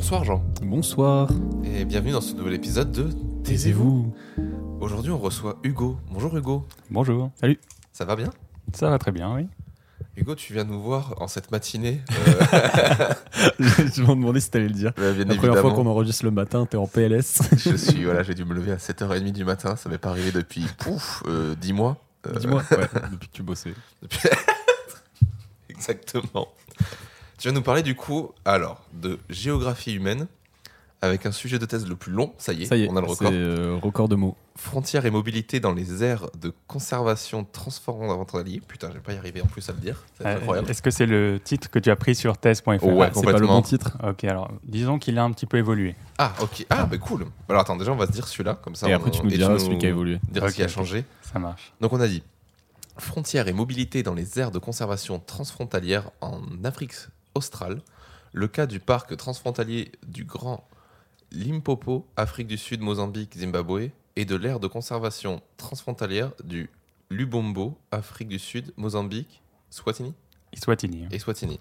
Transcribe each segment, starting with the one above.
Bonsoir Jean. Bonsoir. Et bienvenue dans ce nouvel épisode de Taisez-vous. Aujourd'hui on reçoit Hugo. Bonjour Hugo. Bonjour. Salut. Ça va bien ? Ça va très bien, oui. Hugo, tu viens nous voir en cette matinée. Je m'en demandais si t'allais le dire. Bien La première évidemment. fois qu'on enregistre le matin, t'es en PLS. J'ai dû me lever à 7h30 du matin. Ça m'est pas arrivé depuis 10 mois. Dis-moi. Ouais, depuis que tu bossais. Exactement. Tu vas nous parler du coup, de géographie humaine, avec un sujet de thèse le plus long. Ça y est, on a le record. C'est record de mots. Frontières et mobilité dans les aires de conservation transfrontalier. Putain, je vais pas y arriver en plus à le dire. C'est incroyable. Est-ce que c'est le titre que tu as pris sur thèse.fr? Ouais, C'est pas le complètement. bon titre. Ok, alors disons qu'il a un petit peu évolué. Ah, ok. Ah, bah cool. Alors attends, déjà on va se dire celui-là, comme ça. Et après, tu nous diras celui qui a évolué. Dire ce qui a changé. Ça marche. Donc on a dit frontières et mobilité dans les aires de conservation transfrontalières en Afrique australe. Le cas du parc transfrontalier du Grand Limpopo, Afrique du Sud, Mozambique, Zimbabwe, et de l'aire de conservation transfrontalière du Lubombo, Afrique du Sud, Mozambique, Swatini Eswatini. et Swatini.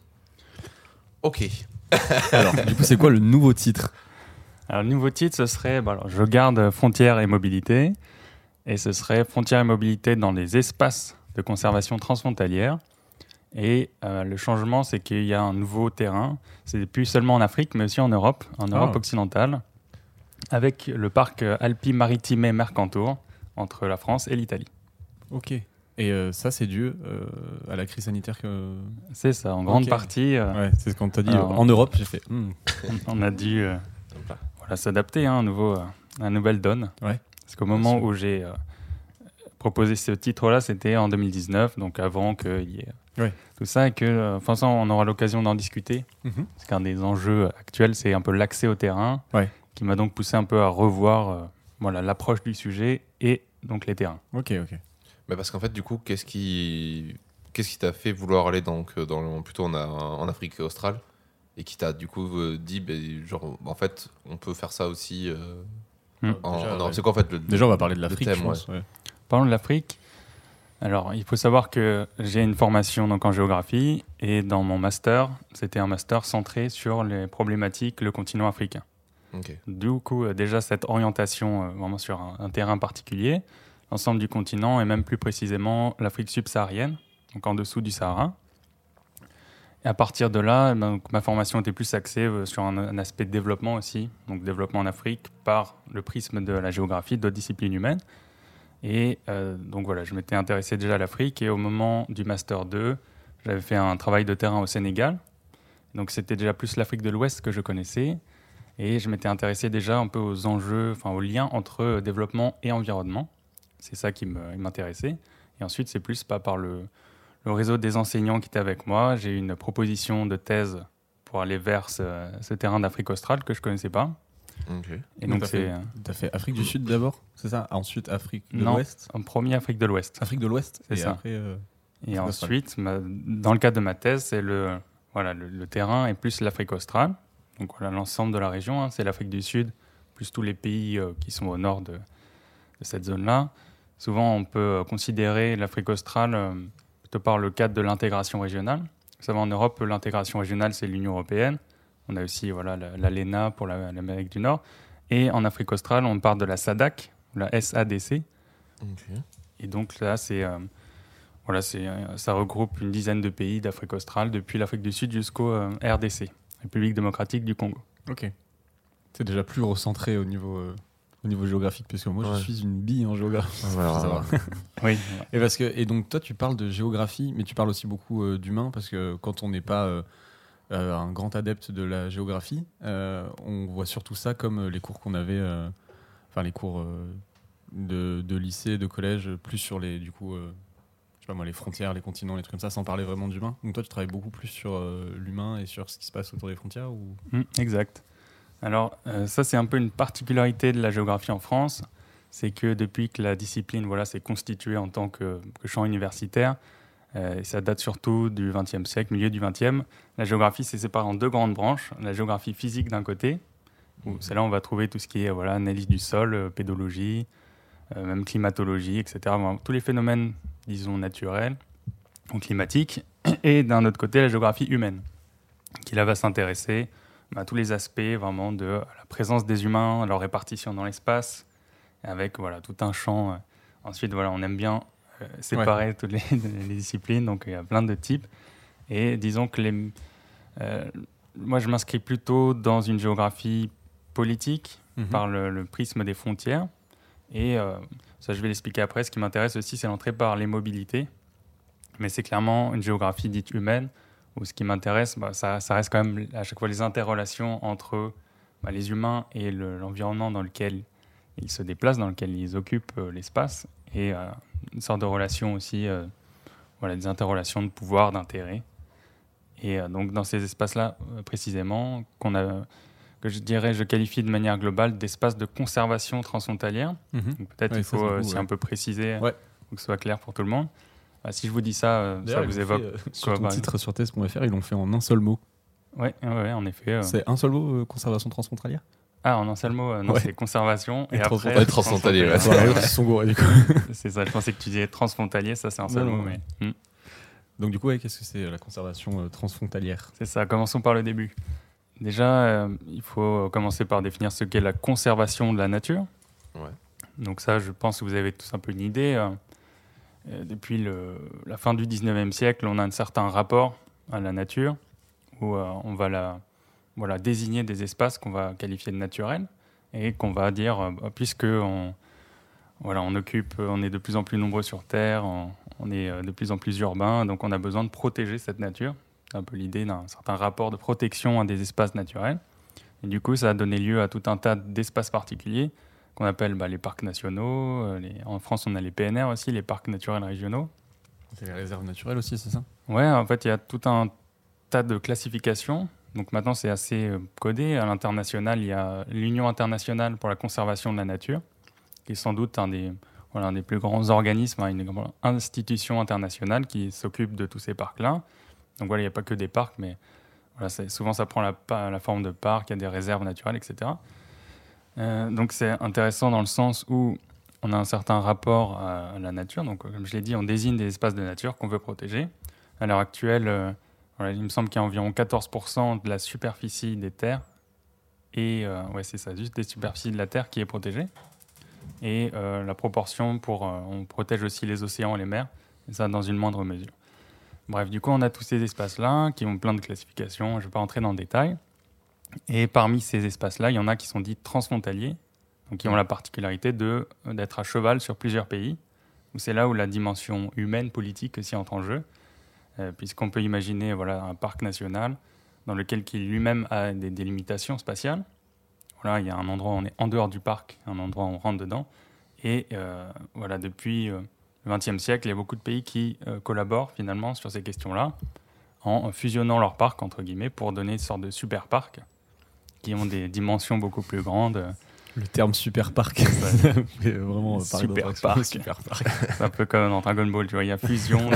Ok. Alors, du coup, c'est quoi le nouveau titre? Alors, le nouveau titre, ce serait, je garde frontières et mobilité, et ce serait frontières et mobilité dans les espaces de conservation transfrontalière. Et le changement, c'est qu'il y a un nouveau terrain. C'est plus seulement en Afrique, mais aussi en Europe occidentale, avec le parc Alpi Maritime Mercantour entre la France et l'Italie. Ok. Et ça, c'est dû à la crise sanitaire que... C'est ça, en grande Ok. partie. Ouais, c'est ce qu'on t'a dit. Alors, en Europe, j'ai fait... On a dû s'adapter à une nouvelle donne. Ouais. Parce qu'au moment où j'ai proposé ce titre-là, c'était en 2019, donc avant qu'il y ait tout ça, et que ça, on aura l'occasion d'en discuter. Parce qu'un des enjeux actuels, c'est un peu l'accès au terrain, qui m'a donc poussé un peu à revoir l'approche du sujet et donc les terrains. Ok. Mais parce qu'en fait, du coup, qu'est-ce qui t'a fait vouloir aller plutôt en Afrique australe et qui t'a du coup dit, en fait, on peut faire ça aussi c'est quoi en fait Déjà, on va parler de l'Afrique, thème, je pense. Ouais. Parlons de l'Afrique. Alors, il faut savoir que j'ai une formation donc, en géographie et dans mon master, c'était un master centré sur les problématiques le continent africain. Ok. Du coup, déjà cette orientation vraiment sur un terrain particulier, l'ensemble du continent et même plus précisément l'Afrique subsaharienne, donc en dessous du Sahara. Et à partir de là, ma formation était plus axée sur un aspect de développement aussi, donc développement en Afrique par le prisme de la géographie, d'autres disciplines humaines. Et je m'étais intéressé déjà à l'Afrique et au moment du Master 2, j'avais fait un travail de terrain au Sénégal. Donc c'était déjà plus l'Afrique de l'Ouest que je connaissais et je m'étais intéressé déjà un peu aux enjeux, aux liens entre développement et environnement. C'est ça qui m'intéressait. Et ensuite, c'est plus par le réseau des enseignants qui étaient avec moi. J'ai eu une proposition de thèse pour aller vers ce terrain d'Afrique australe que je ne connaissais pas. Okay. Et donc t'as fait Afrique du Sud d'abord, c'est ça? Ensuite Afrique de Non, l'Ouest? en premier Afrique de l'Ouest. Afrique de l'Ouest? C'est ça. Après, et ensuite, dans le cadre de ma thèse, c'est le terrain et plus l'Afrique australe. Donc l'ensemble de la région, c'est l'Afrique du Sud, plus tous les pays qui sont au nord de cette zone-là. Souvent, on peut considérer l'Afrique australe plutôt par le cadre de l'intégration régionale. Vous savez, en Europe, l'intégration régionale, c'est l'Union européenne. On a aussi l'ALENA pour l'Amérique du Nord. Et en Afrique australe, on parle de la SADC, la SADC. Okay. Et donc là, ça regroupe une dizaine de pays d'Afrique australe, depuis l'Afrique du Sud jusqu'au RDC, République démocratique du Congo. Ok. C'est déjà plus recentré au niveau géographique, puisque moi, je suis une bille en géographie. Oui. Et donc, toi, tu parles de géographie, mais tu parles aussi beaucoup d'humain, parce que quand on n'est pas... un grand adepte de la géographie, on voit surtout ça comme les cours qu'on avait, les cours de lycée, de collège, plus sur les frontières, les continents, les trucs comme ça, sans parler vraiment d'humain. Donc toi, tu travailles beaucoup plus sur l'humain et sur ce qui se passe autour des frontières ou... Exact. Alors ça, c'est un peu une particularité de la géographie en France, c'est que depuis que la discipline s'est constituée en tant que champ universitaire, et ça date surtout du XXe siècle, milieu du XXe. La géographie s'est séparée en deux grandes branches. La géographie physique d'un côté, où c'est là où on va trouver tout ce qui est analyse du sol, pédologie, même climatologie, etc. Tous les phénomènes, disons, naturels ou climatiques. Et d'un autre côté, la géographie humaine, qui là va s'intéresser tous les aspects vraiment de la présence des humains, leur répartition dans l'espace, avec tout un champ. Ensuite, on aime bien séparer toutes les disciplines, donc il y a plein de types. Et disons que moi, je m'inscris plutôt dans une géographie politique par le prisme des frontières. Et ça, je vais l'expliquer après. Ce qui m'intéresse aussi, c'est l'entrée par les mobilités. Mais c'est clairement une géographie dite humaine, où ce qui m'intéresse, ça reste quand même à chaque fois les interrelations entre les humains et l'environnement dans lequel ils se déplacent, dans lequel ils occupent l'espace. Et une sorte de relation aussi, des interrelations de pouvoir, d'intérêt. Et donc dans ces espaces-là, précisément, que je qualifie de manière globale d'espaces de conservation transfrontalière. Donc peut-être il faut aussi un peu préciser pour que ce soit clair pour tout le monde. Si je vous dis ça, ça vous évoque sur ton titre sur thèse.fr, ils l'ont fait en un seul mot. Ouais, en effet. C'est un seul mot, conservation transfrontalière? En un seul mot, non, c'est conservation et après transfrontalier. C'est ça, je pensais que tu disais transfrontalier, ça c'est un seul mot. Mais... Donc du coup, qu'est-ce que c'est la conservation transfrontalière? C'est ça, commençons par le début. Déjà, il faut commencer par définir ce qu'est la conservation de la nature. Ouais. Donc ça, je pense que vous avez tous un peu une idée. Depuis la fin du 19e siècle, on a un certain rapport à la nature où on va désigner des espaces qu'on va qualifier de naturels et qu'on va dire, puisque on est de plus en plus nombreux sur Terre, on est de plus en plus urbain, donc on a besoin de protéger cette nature. C'est un peu l'idée d'un certain rapport de protection à des espaces naturels. Et du coup, ça a donné lieu à tout un tas d'espaces particuliers qu'on appelle les parcs nationaux. En France, on a les PNR aussi, les parcs naturels régionaux. C'est les réserves naturelles aussi, c'est ça? Ouais, en fait, il y a tout un tas de classifications. Donc maintenant, c'est assez codé. À l'international, il y a l'Union internationale pour la conservation de la nature, qui est sans doute un des plus grands organismes, une grande institution internationale qui s'occupe de tous ces parcs-là. Donc il n'y a pas que des parcs, mais souvent ça prend la forme de parcs, il y a des réserves naturelles, etc. Donc c'est intéressant dans le sens où on a un certain rapport à la nature. Donc comme je l'ai dit, on désigne des espaces de nature qu'on veut protéger. À l'heure actuelle, il me semble qu'il y a environ 14% de la superficie des terres, et c'est ça, juste des superficies de la terre qui est protégée. Et la proportion on protège aussi les océans et les mers, et ça dans une moindre mesure. Bref, du coup, on a tous ces espaces-là qui ont plein de classifications, je ne vais pas rentrer dans le détail. Et parmi ces espaces-là, il y en a qui sont dits transfrontaliers, donc qui ont la particularité d'être à cheval sur plusieurs pays, où c'est là où la dimension humaine, politique aussi entre en jeu, puisqu'on peut imaginer un parc national dans lequel qui lui-même a des délimitations spatiales. Il y a un endroit où on est en dehors du parc, un endroit où on rentre dedans. Et depuis le XXe siècle, il y a beaucoup de pays qui collaborent finalement sur ces questions-là en fusionnant leurs parcs, entre guillemets, pour donner une sorte de super parcs qui ont des dimensions beaucoup plus grandes. Le terme super parc, c'est vraiment super parc. C'est un peu comme dans Dragon Ball, tu vois, il y a fusion.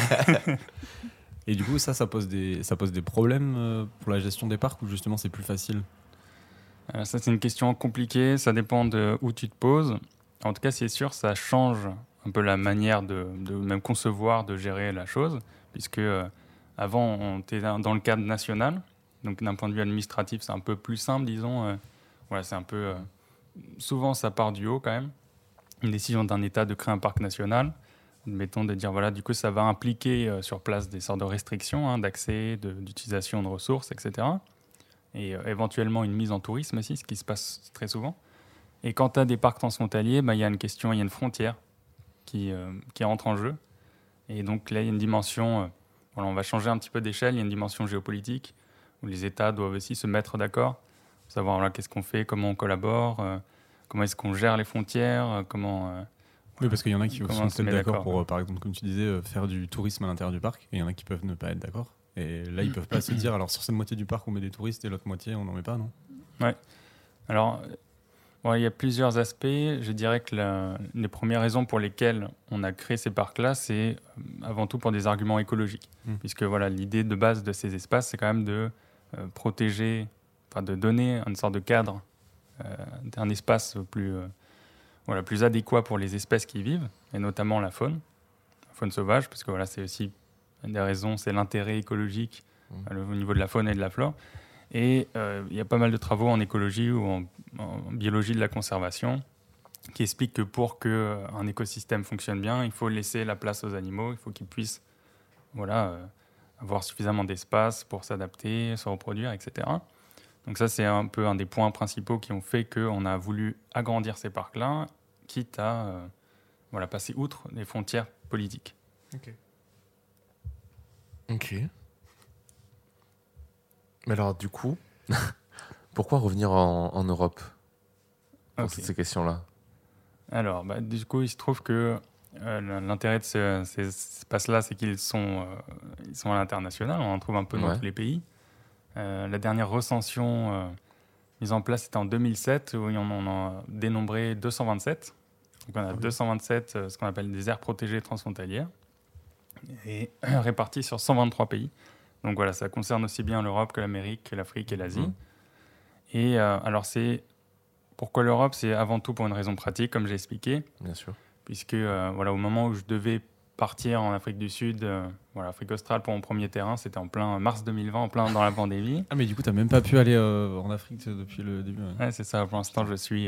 Et du coup, ça pose des problèmes pour la gestion des parcs, ou justement c'est plus facile? Ça, c'est une question compliquée, ça dépend de où tu te poses. En tout cas, c'est sûr, ça change un peu la manière de même concevoir, de gérer la chose, puisque avant, on était dans le cadre national, donc d'un point de vue administratif, c'est un peu plus simple, disons. C'est un peu... souvent, ça part du haut, quand même. Une décision d'un État de créer un parc national, mettons de dire, du coup, ça va impliquer sur place des sortes de restrictions d'accès, d'utilisation de ressources, etc. Et éventuellement une mise en tourisme aussi, ce qui se passe très souvent. Et quand tu as des parcs transfrontaliers, il y a une question, il y a une frontière qui entre en jeu. Et donc là, il y a une dimension, on va changer un petit peu d'échelle, il y a une dimension géopolitique où les États doivent aussi se mettre d'accord, savoir qu'est-ce qu'on fait, comment on collabore, comment est-ce qu'on gère les frontières, Oui, parce qu'il y en a qui sont peut-être d'accord pour, par exemple, comme tu disais, faire du tourisme à l'intérieur du parc, et il y en a qui peuvent ne pas être d'accord. Et là, ils peuvent pas se dire, alors sur cette moitié du parc, on met des touristes et l'autre moitié, on n'en met pas, non? Ouais. Alors, il y a plusieurs aspects. Je dirais que les premières raisons pour lesquelles on a créé ces parcs-là, c'est avant tout pour des arguments écologiques. Puisque l'idée de base de ces espaces, c'est quand même de protéger, de donner une sorte de cadre, un espace plus adéquat pour les espèces qui y vivent, et notamment la faune sauvage, parce que c'est aussi une des raisons, c'est l'intérêt écologique au niveau de la faune et de la flore. Et il y a pas mal de travaux en écologie ou en biologie de la conservation qui expliquent que pour qu'un écosystème fonctionne bien, il faut laisser la place aux animaux, il faut qu'ils puissent avoir suffisamment d'espace pour s'adapter, se reproduire, etc. Donc ça, c'est un peu un des points principaux qui ont fait qu'on a voulu agrandir ces parcs-là, quitte à passer outre les frontières politiques. Ok. Mais alors, du coup, pourquoi revenir en Europe pour ces questions-là? Alors, du coup, il se trouve que l'intérêt de ces espaces-là, c'est qu'ils sont à l'international. On en trouve un peu dans tous les pays. La dernière recension mise en place, c'était en 2007, où on en a dénombré 227. Donc, on a 227, ce qu'on appelle des aires protégées transfrontalières, et réparties sur 123 pays. Donc voilà, ça concerne aussi bien l'Europe que l'Amérique, que l'Afrique et l'Asie. Et alors, pourquoi l'Europe? C'est avant tout pour une raison pratique, comme j'ai expliqué. Bien sûr. Puisque au moment où je devais partir en Afrique du Sud, Afrique australe pour mon premier terrain, c'était en plein mars 2020, en plein dans la pandémie. Ah mais du coup, t'as même pas pu aller en Afrique depuis le début. Ouais, c'est ça. Pour l'instant,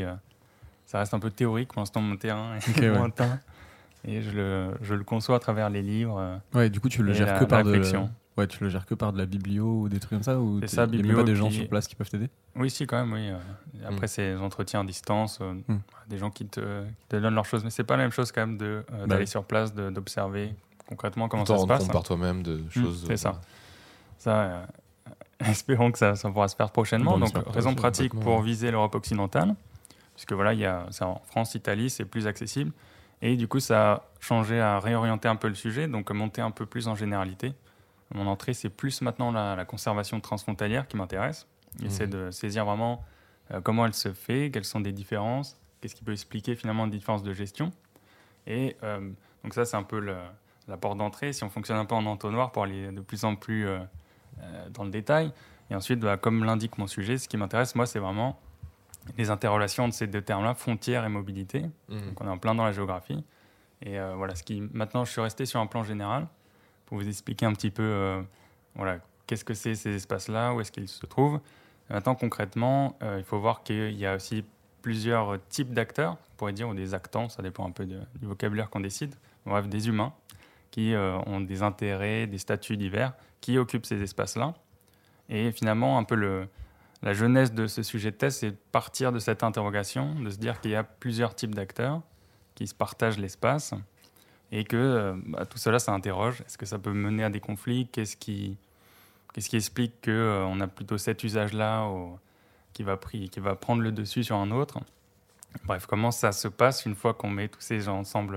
ça reste un peu théorique. Pour l'instant, mon terrain est lointain. Et je le conçois à travers les livres. Ouais, du coup, tu le gères que par réflexion. Ouais, tu le gères que par de la biblio ou des trucs comme ça, ou c'est ça, il n'y a même pas des gens sur place qui peuvent t'aider? Oui, si, quand même, oui. Après, c'est des entretiens à distance, des gens qui te donnent leurs choses. Mais c'est pas la même chose, quand même, d'aller sur place, d'observer concrètement comment ça se passe. Tu par toi-même de choses. C'est ça. Ça, espérons que ça pourra se faire prochainement. Donc, raison pratique pour viser l'Europe occidentale, puisque c'est en France, Italie, c'est plus accessible. Et du coup, ça a changé à réorienter un peu le sujet, donc monter un peu plus en généralité. Mon entrée, c'est plus maintenant la conservation transfrontalière qui m'intéresse. J'essaie de saisir vraiment comment elle se fait, quelles sont des différences, qu'est-ce qui peut expliquer finalement des différences de gestion. Et donc ça, c'est un peu la porte d'entrée. Si on fonctionne un peu en entonnoir pour aller de plus en plus dans le détail. Et ensuite, comme l'indique mon sujet, ce qui m'intéresse, moi, c'est vraiment les interrelations entre ces deux termes-là, frontières et mobilité. Donc on est en plein dans la géographie. Et maintenant, je suis resté sur un plan général pour vous expliquer un petit peu qu'est-ce que c'est ces espaces-là, où est-ce qu'ils se trouvent. Et maintenant, concrètement, il faut voir qu'il y a aussi plusieurs types d'acteurs, on pourrait dire, ou des actants, ça dépend un peu du vocabulaire qu'on décide. Bref, des humains qui ont des intérêts, des statuts divers, qui occupent ces espaces-là. Et finalement, un peu la jeunesse de ce sujet de thèse, c'est de partir de cette interrogation, de se dire qu'il y a plusieurs types d'acteurs qui se partagent l'espace, et que tout cela, ça interroge. Est-ce que ça peut mener à des conflits? Qu'est-ce qui explique qu'on a plutôt cet usage-là qui va prendre le dessus sur un autre? Bref, comment ça se passe une fois qu'on met tous ces gens ensemble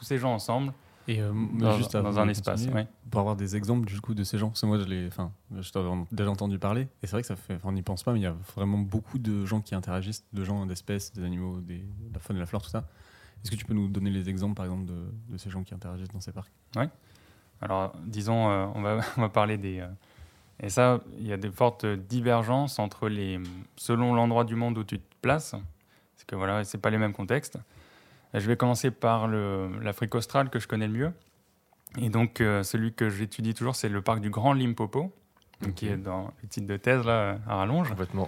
et dans un espace, pour avoir des exemples du coup de ces gens? Parce que moi, je t'avais déjà entendu parler, et c'est vrai que on n'y pense pas, mais il y a vraiment beaucoup de gens qui interagissent, de gens, d'espèces, des animaux, de la faune et la flore, tout ça. Est-ce que tu peux nous donner les exemples, par exemple, de ces gens qui interagissent dans ces parcs? Oui. Alors, disons, on va parler des... et ça, il y a des fortes divergences selon l'endroit du monde où tu te places. Parce que c'est pas les mêmes contextes. Je vais commencer par l'Afrique australe, que je connais le mieux. Et donc, celui que j'étudie toujours, c'est le parc du Grand Limpopo, qui est dans le titre de thèse, là, à rallonge. Complètement.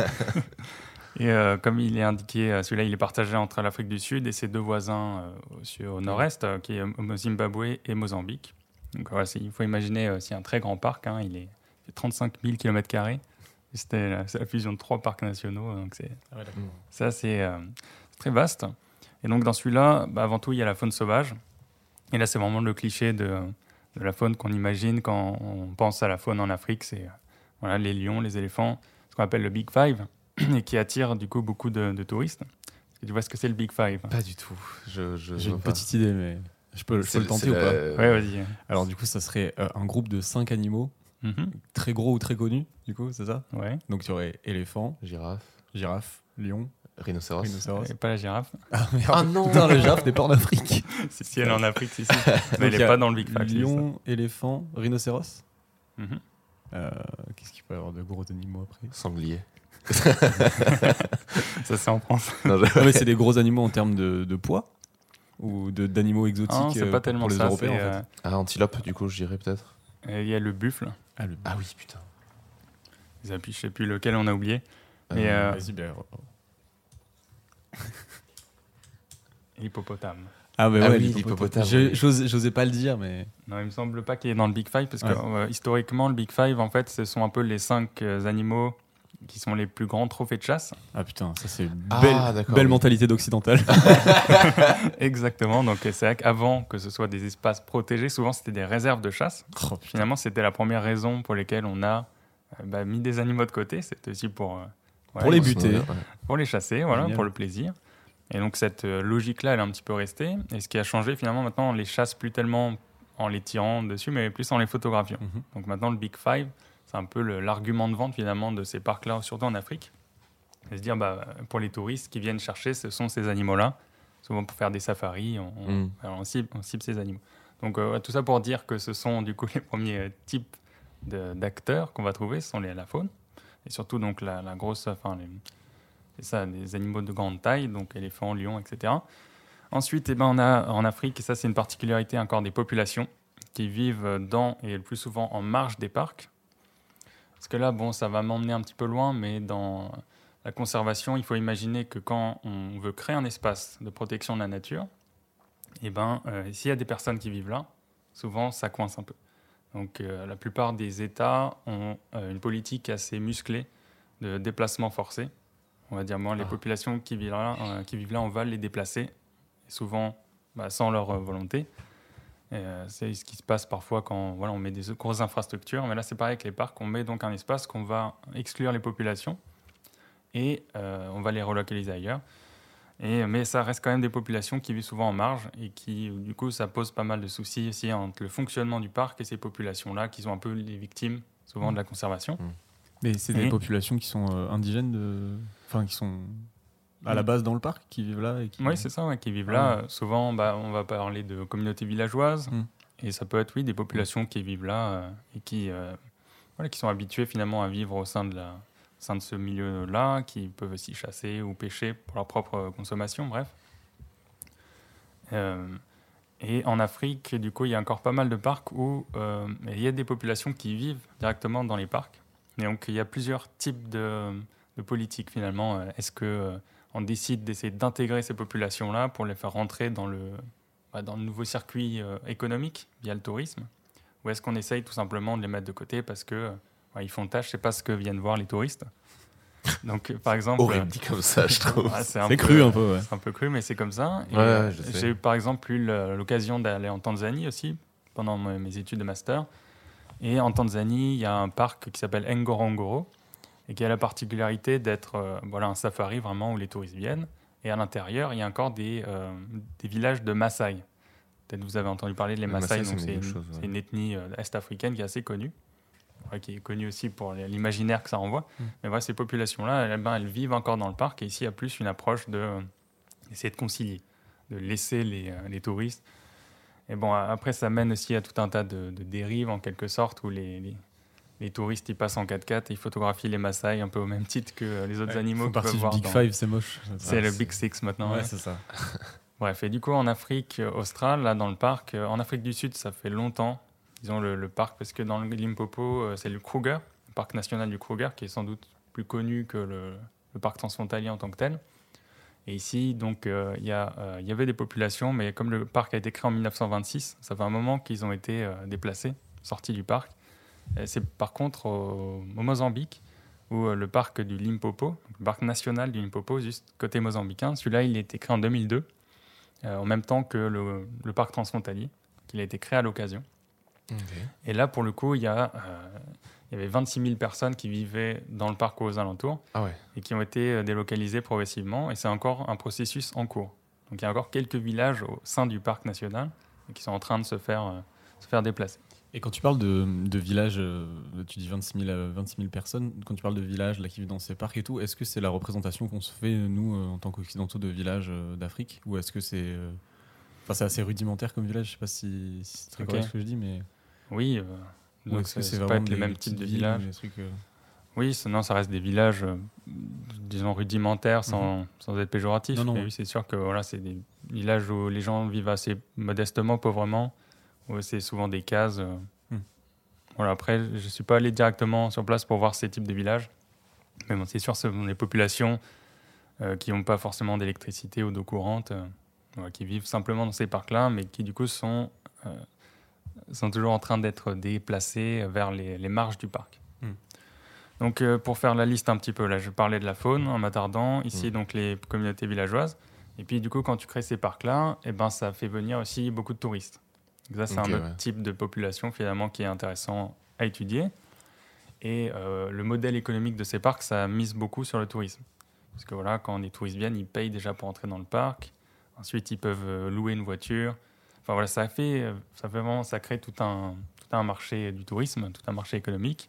Et comme il est indiqué, celui-là, il est partagé entre l'Afrique du Sud et ses deux voisins au nord-est, qui est Zimbabwe et Mozambique. Donc il faut imaginer, c'est un très grand parc, il fait 35 000 km². C'est la fusion de 3 parcs nationaux, donc c'est très vaste. Et donc dans celui-là, avant tout, il y a la faune sauvage. Et là, c'est vraiment le cliché de la faune qu'on imagine quand on pense à la faune en Afrique. C'est les lions, les éléphants, ce qu'on appelle le Big Five, et qui attire du coup beaucoup de touristes. Est-ce que tu vois ce que c'est le Big Five? Pas du tout. J'ai une petite idée, mais je peux le tenter ou pas? Ouais, vas-y. Alors du coup, ça serait un groupe de 5 animaux, très gros ou très connus, du coup, c'est ça? Ouais. Donc tu aurais éléphant, girafe, lion, rhinocéros. Et pas la girafe. Ah merde. Ah non. Putain, la girafe n'est pas en Afrique. Si, elle est en Afrique, si. Mais elle n'est pas dans le Big Five. Lion, éléphant, rhinocéros. Mhm. Qu'est-ce qu'il peut y avoir de gros animaux après? Sanglier. Ça, c'est en France. Non, mais c'est des gros animaux en termes de poids ou d'animaux exotiques? Non, c'est pas tellement pour les ça, Européens, en fait. Ah, antilope, du coup, je dirais peut-être. Il y a le buffle. Ah oui, putain. je sais plus lequel on a oublié. Mais, Vas-y, Hippopotame. Ah, Ah oui, l'hippopotame. Oui. J'osais pas le dire, mais. Non, il me semble pas qu'il est dans le Big Five parce que historiquement, le Big Five, en fait, ce sont un peu les 5 animaux qui sont les plus grands trophées de chasse. Ah putain, ça c'est belle mentalité d'occidental. Exactement. Donc c'est vrai qu'avant que ce soit des espaces protégés, souvent c'était des réserves de chasse. Finalement, c'était la première raison pour laquelle on a mis des animaux de côté. C'était aussi pour les buter, pour les chasser, pour le plaisir. Et donc cette logique-là, elle est un petit peu restée. Et ce qui a changé, finalement, maintenant, on les chasse plus tellement en les tirant dessus, mais plus en les photographiant. Donc maintenant, le Big Five, c'est un peu l'argument de vente, finalement, de ces parcs-là, surtout en Afrique. Et se dire, pour les touristes qui viennent chercher, ce sont ces animaux-là. Souvent, pour faire des safaris, on cible ces animaux. Donc tout ça pour dire que ce sont, du coup, les premiers types d'acteurs qu'on va trouver, ce sont la faune. Et surtout, donc, la grosse... c'est ça, des animaux de grande taille, donc éléphants, lions, etc. Ensuite, on a en Afrique, et ça c'est une particularité encore des populations qui vivent dans, et le plus souvent en marge des parcs. Parce que là, ça va m'emmener un petit peu loin, mais dans la conservation, il faut imaginer que quand on veut créer un espace de protection de la nature, s'il y a des personnes qui vivent là, souvent ça coince un peu. Donc la plupart des États ont une politique assez musclée de déplacement forcé. On va dire, les populations qui vivent là, on va les déplacer, et souvent sans leur volonté. Et, c'est ce qui se passe parfois quand on met des grosses infrastructures. Mais là, c'est pareil avec les parcs. On met donc un espace qu'on va exclure les populations et on va les relocaliser ailleurs. Mais ça reste quand même des populations qui vivent souvent en marge et qui, du coup, ça pose pas mal de soucis aussi entre le fonctionnement du parc et ces populations-là qui sont un peu les victimes souvent de la conservation. Mais c'est des populations qui sont indigènes, qui sont à la base dans le parc, qui vivent là Oui, c'est ça, qui vivent là. Souvent, on va parler de communautés villageoises. Et ça peut être, des populations qui vivent là et qui sont habituées finalement à vivre au sein de ce milieu-là, qui peuvent aussi chasser ou pêcher pour leur propre consommation, bref. Et en Afrique, du coup, il y a encore pas mal de parcs où il y a des populations qui vivent directement dans les parcs. Et donc, il y a plusieurs types de politiques, finalement. Est-ce qu'on décide d'essayer d'intégrer ces populations-là pour les faire rentrer dans le nouveau circuit économique via le tourisme? Ou est-ce qu'on essaye tout simplement de les mettre de côté parce que ils font tâche, c'est pas ce que viennent voir les touristes. Donc, par exemple... Horrible dit comme ça, je trouve. C'est cru un peu, C'est un peu cru, mais c'est comme ça. Et, je sais. J'ai par exemple eu l'occasion d'aller en Tanzanie aussi, pendant mes études de master. Et en Tanzanie, il y a un parc qui s'appelle Ngorongoro, et qui a la particularité d'être un safari vraiment où les touristes viennent. Et à l'intérieur, il y a encore des villages de Maasai. Peut-être vous avez entendu parler des Maasai, donc c'est une ethnie est-africaine qui est assez connue, qui est connue aussi pour l'imaginaire que ça renvoie. Mais ces populations-là, elles vivent encore dans le parc, et ici, il y a plus une approche d'essayer de concilier, de laisser les touristes. Et après, ça mène aussi à tout un tas de dérives, en quelque sorte, où les touristes, ils passent en 4x4 et ils photographient les Maasai un peu au même titre que les autres animaux. Ils font partie du Big Five, c'est moche. C'est le Big Six maintenant. Ouais, c'est ça. Bref, et du coup, en Afrique australe, là, dans le parc, en Afrique du Sud, ça fait longtemps, ils ont le parc, parce que dans le Limpopo, c'est le Kruger, le parc national du Kruger, qui est sans doute plus connu que le parc transfrontalier en tant que tel. Et ici, donc, il y avait des populations, mais comme le parc a été créé en 1926, ça fait un moment qu'ils ont été déplacés, sortis du parc. Et c'est par contre au Mozambique, où le parc du Limpopo, le parc national du Limpopo, juste côté mozambicain, celui-là, il a été créé en 2002, en même temps que le parc transfrontalier, qu'il a été créé à l'occasion. Okay. Et là, pour le coup, il y avait 26 000 personnes qui vivaient dans le parc ou aux alentours et qui ont été délocalisées progressivement. Et c'est encore un processus en cours. Donc, il y a encore quelques villages au sein du parc national qui sont en train de se faire déplacer. Et quand tu parles de villages, tu dis 26 000 personnes, quand tu parles de villages là, qui vivent dans ces parcs et tout, est-ce que c'est la représentation qu'on se fait, nous, en tant qu'occidentaux, de villages d'Afrique? Ou est-ce que c'est assez rudimentaire comme village? Je ne sais pas si c'est très correct ce que je dis, mais... Oui, donc est-ce que c'est pas vraiment être les mêmes types de villages. Oui, ça reste des villages, disons, rudimentaires, sans être péjoratifs. Non. Mais oui, c'est sûr que c'est des villages où les gens vivent assez modestement, pauvrement, où c'est souvent des cases. Voilà, après, je ne suis pas allé directement sur place pour voir ces types de villages. Mais bon, c'est sûr, ce sont des populations qui n'ont pas forcément d'électricité ou d'eau courante, voilà, qui vivent simplement dans ces parcs-là, mais qui du coup sont toujours en train d'être déplacés vers les marges du parc. Donc pour faire la liste un petit peu, là je parlais de la faune en m'attardant, ici donc les communautés villageoises, et puis du coup quand tu crées ces parcs-là, eh ben, ça fait venir aussi beaucoup de touristes. Donc ça c'est un autre type de population finalement qui est intéressant à étudier, et le modèle économique de ces parcs, ça mise beaucoup sur le tourisme. Parce que voilà, quand les touristes viennent, ils payent déjà pour entrer dans le parc, ensuite ils peuvent louer une voiture, enfin voilà, ça crée tout un marché du tourisme, tout un marché économique.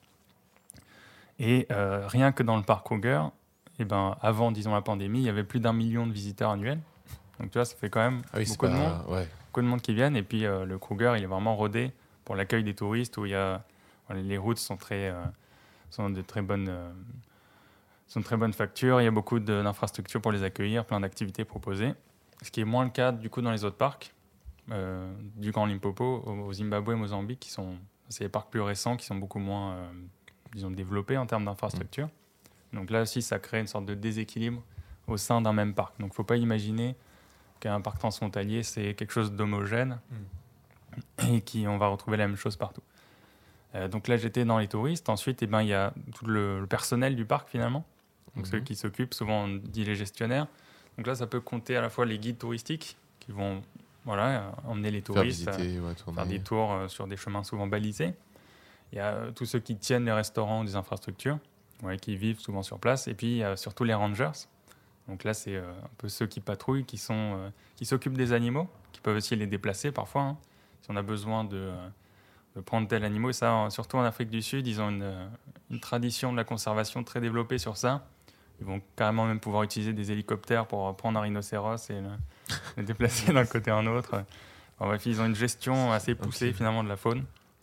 Et rien que dans le parc Kruger, eh ben, avant, disons, la pandémie, il y avait plus d'1 million de visiteurs annuels. Donc tu vois, ça fait quand même beaucoup de monde qui viennent. Et puis le Kruger, il est vraiment rodé pour l'accueil des touristes, où les routes sont de très bonnes factures. Il y a beaucoup d'infrastructures pour les accueillir, plein d'activités proposées. Ce qui est moins le cas du coup dans les autres parcs, du Grand Limpopo, au Zimbabwe et Mozambique, c'est les parcs plus récents qui sont beaucoup moins disons, développés en termes d'infrastructure. Donc là aussi, ça crée une sorte de déséquilibre au sein d'un même parc. Donc il ne faut pas imaginer qu'un parc transfrontalier, c'est quelque chose d'homogène et qu'on va retrouver la même chose partout. Donc là, j'étais dans les touristes. Ensuite, il y a tout le personnel du parc, finalement. Donc ceux qui s'occupent, souvent on dit les gestionnaires. Donc là, ça peut compter à la fois les guides touristiques qui vont emmener les touristes faire des tours sur des chemins souvent balisés. Il y a tous ceux qui tiennent les restaurants ou des infrastructures, qui vivent souvent sur place. Et puis, il y a surtout les rangers. Donc là, c'est un peu ceux qui patrouillent, qui s'occupent des animaux, qui peuvent aussi les déplacer parfois. Hein, si on a besoin de prendre tel animal. Et ça, surtout en Afrique du Sud, ils ont une tradition de la conservation très développée sur ça. Ils vont carrément même pouvoir utiliser des hélicoptères pour prendre un rhinocéros et le déplacer d'un côté à un autre. En bref, ils ont une gestion assez poussée finalement de la faune.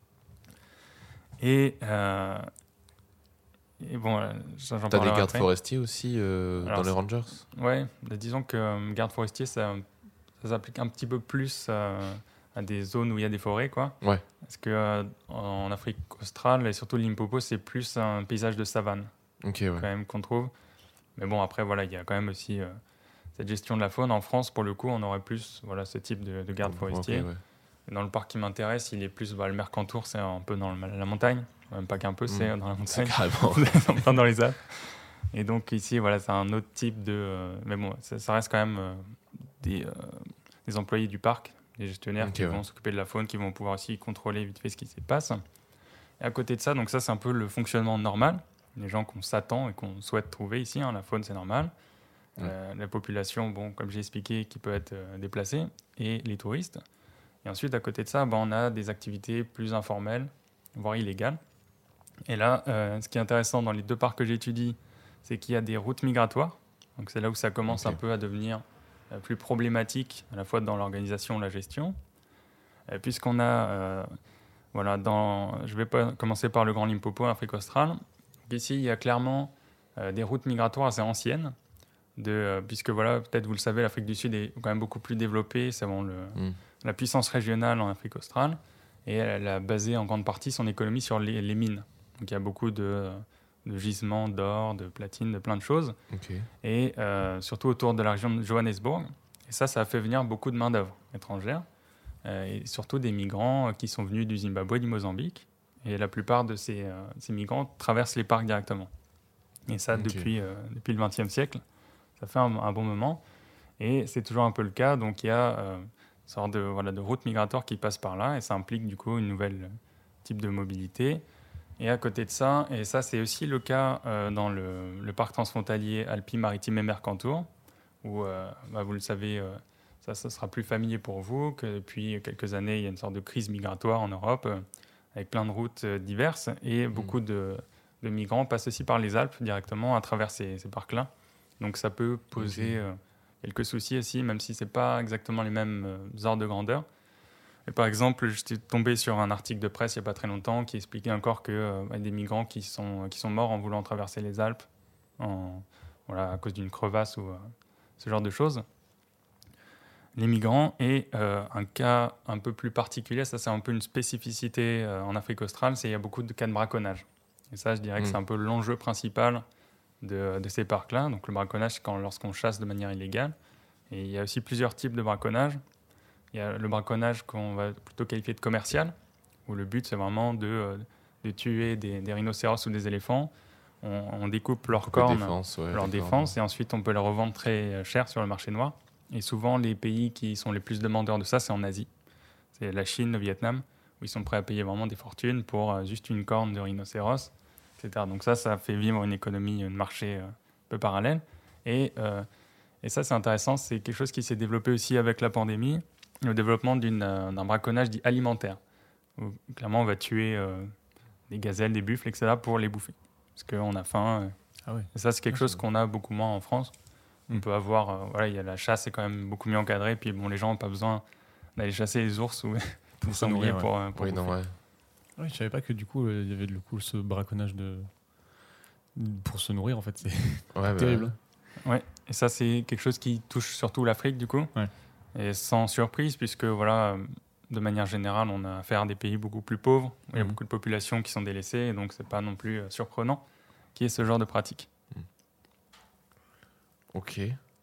Et bon, j'en parlerai après. T'as des gardes forestiers aussi dans les rangers ? Ouais, disons que garde forestier, ça s'applique un petit peu plus à des zones où il y a des forêts, quoi. Ouais. Parce que en Afrique australe et surtout le Limpopo, c'est plus un paysage de savane, quand même, qu'on trouve. Mais bon, après, voilà, il y a quand même aussi cette gestion de la faune. En France, pour le coup, on aurait plus ce type de garde forestier. Dans le parc qui m'intéresse, il est plus le Mercantour, c'est un peu dans la montagne. Même pas qu'un peu, c'est dans la montagne. C'est carrément. Dans les Alpes. Et donc ici, c'est un autre type de... mais bon, ça reste quand même des employés du parc, des gestionnaires qui vont s'occuper de la faune, qui vont pouvoir aussi contrôler vite fait ce qui se passe. Et à côté de ça, donc ça, c'est un peu le fonctionnement normal. Les gens qu'on s'attend et qu'on souhaite trouver ici. Hein, la faune, c'est normal. La population, bon, comme j'ai expliqué, qui peut être déplacée. Et les touristes. Et ensuite, à côté de ça, on a des activités plus informelles, voire illégales. Et là, ce qui est intéressant dans les deux parcs que j'étudie, c'est qu'il y a des routes migratoires. Donc c'est là où ça commence un peu à devenir plus problématique, à la fois dans l'organisation et la gestion. Puisqu'on a, je vais pas commencer par le Grand Limpopo, en Afrique australe. Donc ici, il y a clairement des routes migratoires assez anciennes, puisque peut-être vous le savez, l'Afrique du Sud est quand même beaucoup plus développée. C'est la puissance régionale en Afrique australe, et elle a basé en grande partie son économie sur les mines. Donc il y a beaucoup de gisements d'or, de platine, de plein de choses, et surtout autour de la région de Johannesburg. Et ça a fait venir beaucoup de main-d'œuvre étrangère, et surtout des migrants qui sont venus du Zimbabwe, du Mozambique. Et la plupart de ces migrants traversent les parcs directement. Et ça, depuis le XXe siècle, ça fait un bon moment. Et c'est toujours un peu le cas. Donc il y a une sorte de route migratoire qui passe par là, et ça implique du coup une nouvelle type de mobilité. Et à côté de ça, et ça c'est aussi le cas dans le parc transfrontalier Alpi Maritime et Mercantour, où vous le savez, ça sera plus familier pour vous, que depuis quelques années, il y a une sorte de crise migratoire en Europe, avec plein de routes diverses, et beaucoup de migrants passent aussi par les Alpes directement à travers ces parcs-là. Donc ça peut poser quelques soucis aussi, même si ce n'est pas exactement les mêmes ordres de grandeur. Et par exemple, je suis tombé sur un article de presse il n'y a pas très longtemps qui expliquait encore qu'il y a des migrants qui sont morts en voulant traverser les Alpes à cause d'une crevasse ou ce genre de choses. les migrants. Et un cas un peu plus particulier, ça c'est un peu une spécificité en Afrique australe, c'est qu'il y a beaucoup de cas de braconnage. Et ça, je dirais que c'est un peu l'enjeu principal de ces parcs-là. Donc le braconnage, c'est lorsqu'on chasse de manière illégale. Et il y a aussi plusieurs types de braconnage. Il y a le braconnage qu'on va plutôt qualifier de commercial, où le but c'est vraiment de tuer des rhinocéros ou des éléphants. On découpe leurs cornes, leur défense, et ensuite on peut les revendre très cher sur le marché noir. Et souvent, les pays qui sont les plus demandeurs de ça, c'est en Asie. C'est la Chine, le Vietnam, où ils sont prêts à payer vraiment des fortunes pour juste une corne de rhinocéros, etc. Donc ça fait vivre une économie de marché un peu parallèle. Et ça, c'est intéressant. C'est quelque chose qui s'est développé aussi avec la pandémie, le développement d'un braconnage dit alimentaire, où clairement on va tuer des gazelles, des buffles, etc. pour les bouffer, parce qu'on a faim. Et ça, c'est quelque chose qu'on a beaucoup moins en France. On peut avoir, il y a la chasse, c'est quand même beaucoup mieux encadré, puis bon, les gens n'ont pas besoin d'aller chasser les ours ou les sangliers pour bouffer. Oui, je savais pas que du coup il y avait ce braconnage pour se nourrir, en fait. C'est terrible. Ouais, et ça c'est quelque chose qui touche surtout l'Afrique du coup. Ouais. Et sans surprise, puisque voilà, de manière générale, on a affaire à des pays beaucoup plus pauvres, où il y a beaucoup de populations qui sont délaissées, et donc c'est pas non plus surprenant qu'il y ait ce genre de pratique. Ok.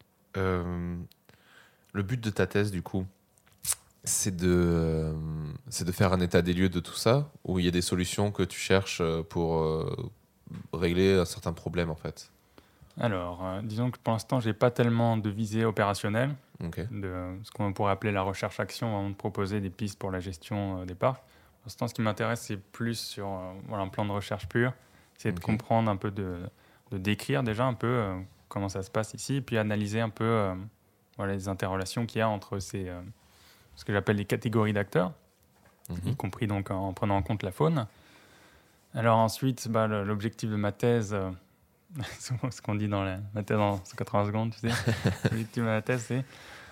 Le but de ta thèse, du coup, c'est de faire un état des lieux de tout ça, ou il y a des solutions que tu cherches pour régler un certain problème, en fait? Alors, disons que pour l'instant, j'ai pas tellement de visée opérationnelle, de ce qu'on pourrait appeler la recherche-action, avant de proposer des pistes pour la gestion des parcs. Pour l'instant, ce qui m'intéresse, c'est plus sur un plan de recherche pur, c'est de comprendre un peu, de décrire déjà un peu comment ça se passe ici, puis analyser un peu les interrelations qu'il y a entre ce que j'appelle les catégories d'acteurs, y compris donc en prenant en compte la faune. Alors ensuite, l'objectif de ma thèse, c'est ce qu'on dit dans ma thèse en 80 secondes, tu sais. L'objectif de ma thèse, c'est...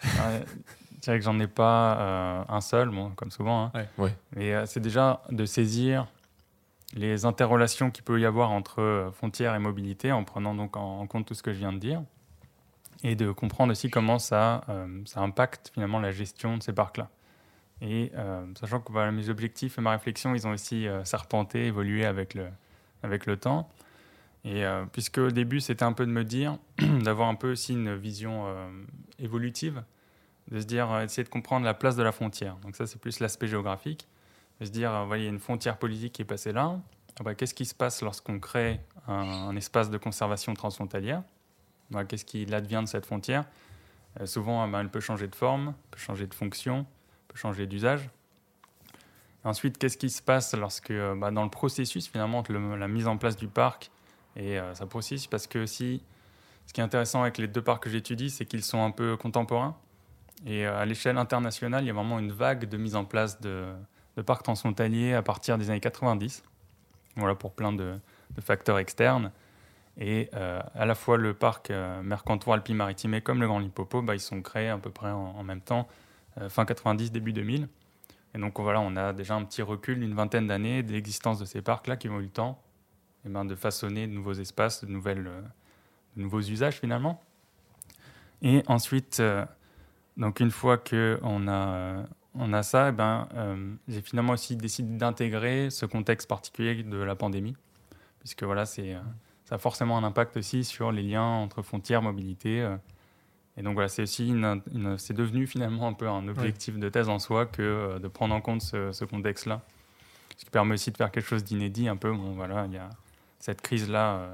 je dirais que j'en ai pas un seul, bon, comme souvent, hein. Mais c'est déjà de saisir les interrelations qu'il peut y avoir entre frontières et mobilité, en prenant donc en compte tout ce que je viens de dire, et de comprendre aussi comment ça impacte finalement la gestion de ces parcs-là. Et sachant que mes objectifs et ma réflexion, ils ont aussi serpenté, évolué avec le temps. Et puisque au début, c'était un peu de me dire, d'avoir un peu aussi une vision évolutive, de se dire, essayer de comprendre la place de la frontière. Donc ça, c'est plus l'aspect géographique. De se dire, il y a une frontière politique qui est passée là. Qu'est-ce qui se passe lorsqu'on crée un espace de conservation transfrontalière? Qu'est-ce qui advient de cette frontière? Souvent, elle peut changer de forme, peut changer de fonction, peut changer d'usage. Ensuite, qu'est-ce qui se passe lorsque, dans le processus, finalement, entre la mise en place du parc et sa processus? Parce que ce qui est intéressant avec les deux parcs que j'étudie, c'est qu'ils sont un peu contemporains. Et à l'échelle internationale, il y a vraiment une vague de mise en place de parcs transfrontaliers à partir des années 90. Voilà, pour plein de facteurs externes. Et à la fois le parc Mercantour Alpes-Maritimes comme le Grand Limpopo, ils sont créés à peu près en même temps, fin 90, début 2000. Et donc voilà, on a déjà un petit recul d'une vingtaine d'années d'existence de ces parcs-là qui ont eu le temps de façonner de nouveaux espaces, de nouveaux usages finalement. Et ensuite, donc une fois qu'on a ça, j'ai finalement aussi décidé d'intégrer ce contexte particulier de la pandémie, puisque voilà, ça a forcément un impact aussi sur les liens entre frontières, mobilité. Et donc voilà, c'est aussi c'est devenu finalement un peu un objectif de thèse en soi que de prendre en compte ce contexte-là. Ce qui permet aussi de faire quelque chose d'inédit un peu. Bon, voilà, il y a cette crise-là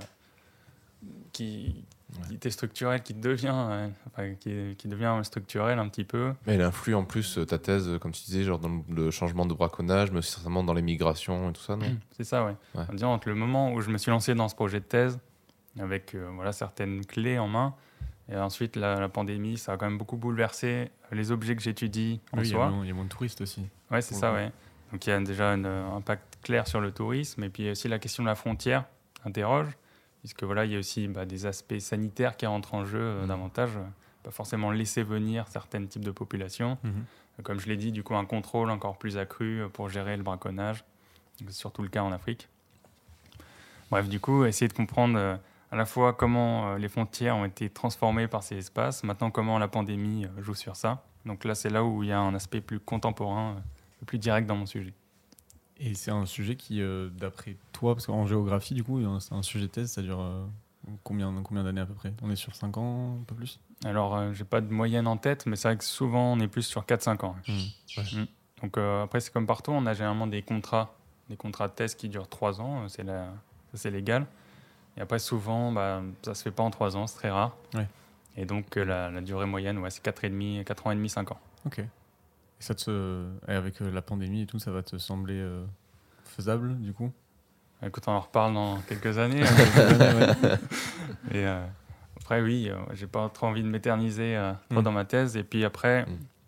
qui était structurelle, qui devient structurelle un petit peu. Mais elle influe en plus ta thèse, comme tu disais, genre dans le changement de braconnage, mais aussi certainement dans les migrations et tout ça, non? C'est ça, ouais. En disant, entre le moment où je me suis lancé dans ce projet de thèse, avec certaines clés en main, et ensuite la pandémie, ça a quand même beaucoup bouleversé les objets que j'étudie en soi. Il y a moins de touristes aussi. Ouais, c'est ça, ouais. Donc il y a déjà un impact clair sur le tourisme, et puis aussi la question de la frontière interroge, puisque voilà, il y a aussi des aspects sanitaires qui rentrent en jeu davantage, pas forcément laisser venir certains types de populations. Comme je l'ai dit, du coup, un contrôle encore plus accru pour gérer le braconnage, c'est surtout le cas en Afrique. Bref, du coup, essayer de comprendre à la fois comment les frontières ont été transformées par ces espaces, maintenant comment la pandémie joue sur ça. Donc là, c'est là où il y a un aspect plus contemporain, plus direct dans mon sujet. Et c'est un sujet qui, d'après toi, parce qu'en géographie, du coup, c'est un sujet de thèse, ça dure combien d'années à peu près? On est sur 5 ans, un peu plus? Alors, j'ai pas de moyenne en tête, mais c'est vrai que souvent, on est plus sur 4-5 ans. Ouais. Donc après, c'est comme partout, on a généralement des contrats de thèse qui durent 3 ans, ça c'est légal. Et après, souvent, ça se fait pas en 3 ans, c'est très rare. Ouais. Et donc, la durée moyenne, c'est 4 ans et demi, 5 ans. Ok. Et avec la pandémie et tout, ça va te sembler faisable, du coup? Écoute, on en reparle dans quelques années. Et après, oui, j'ai pas trop envie de m'éterniser trop dans ma thèse. Et puis après,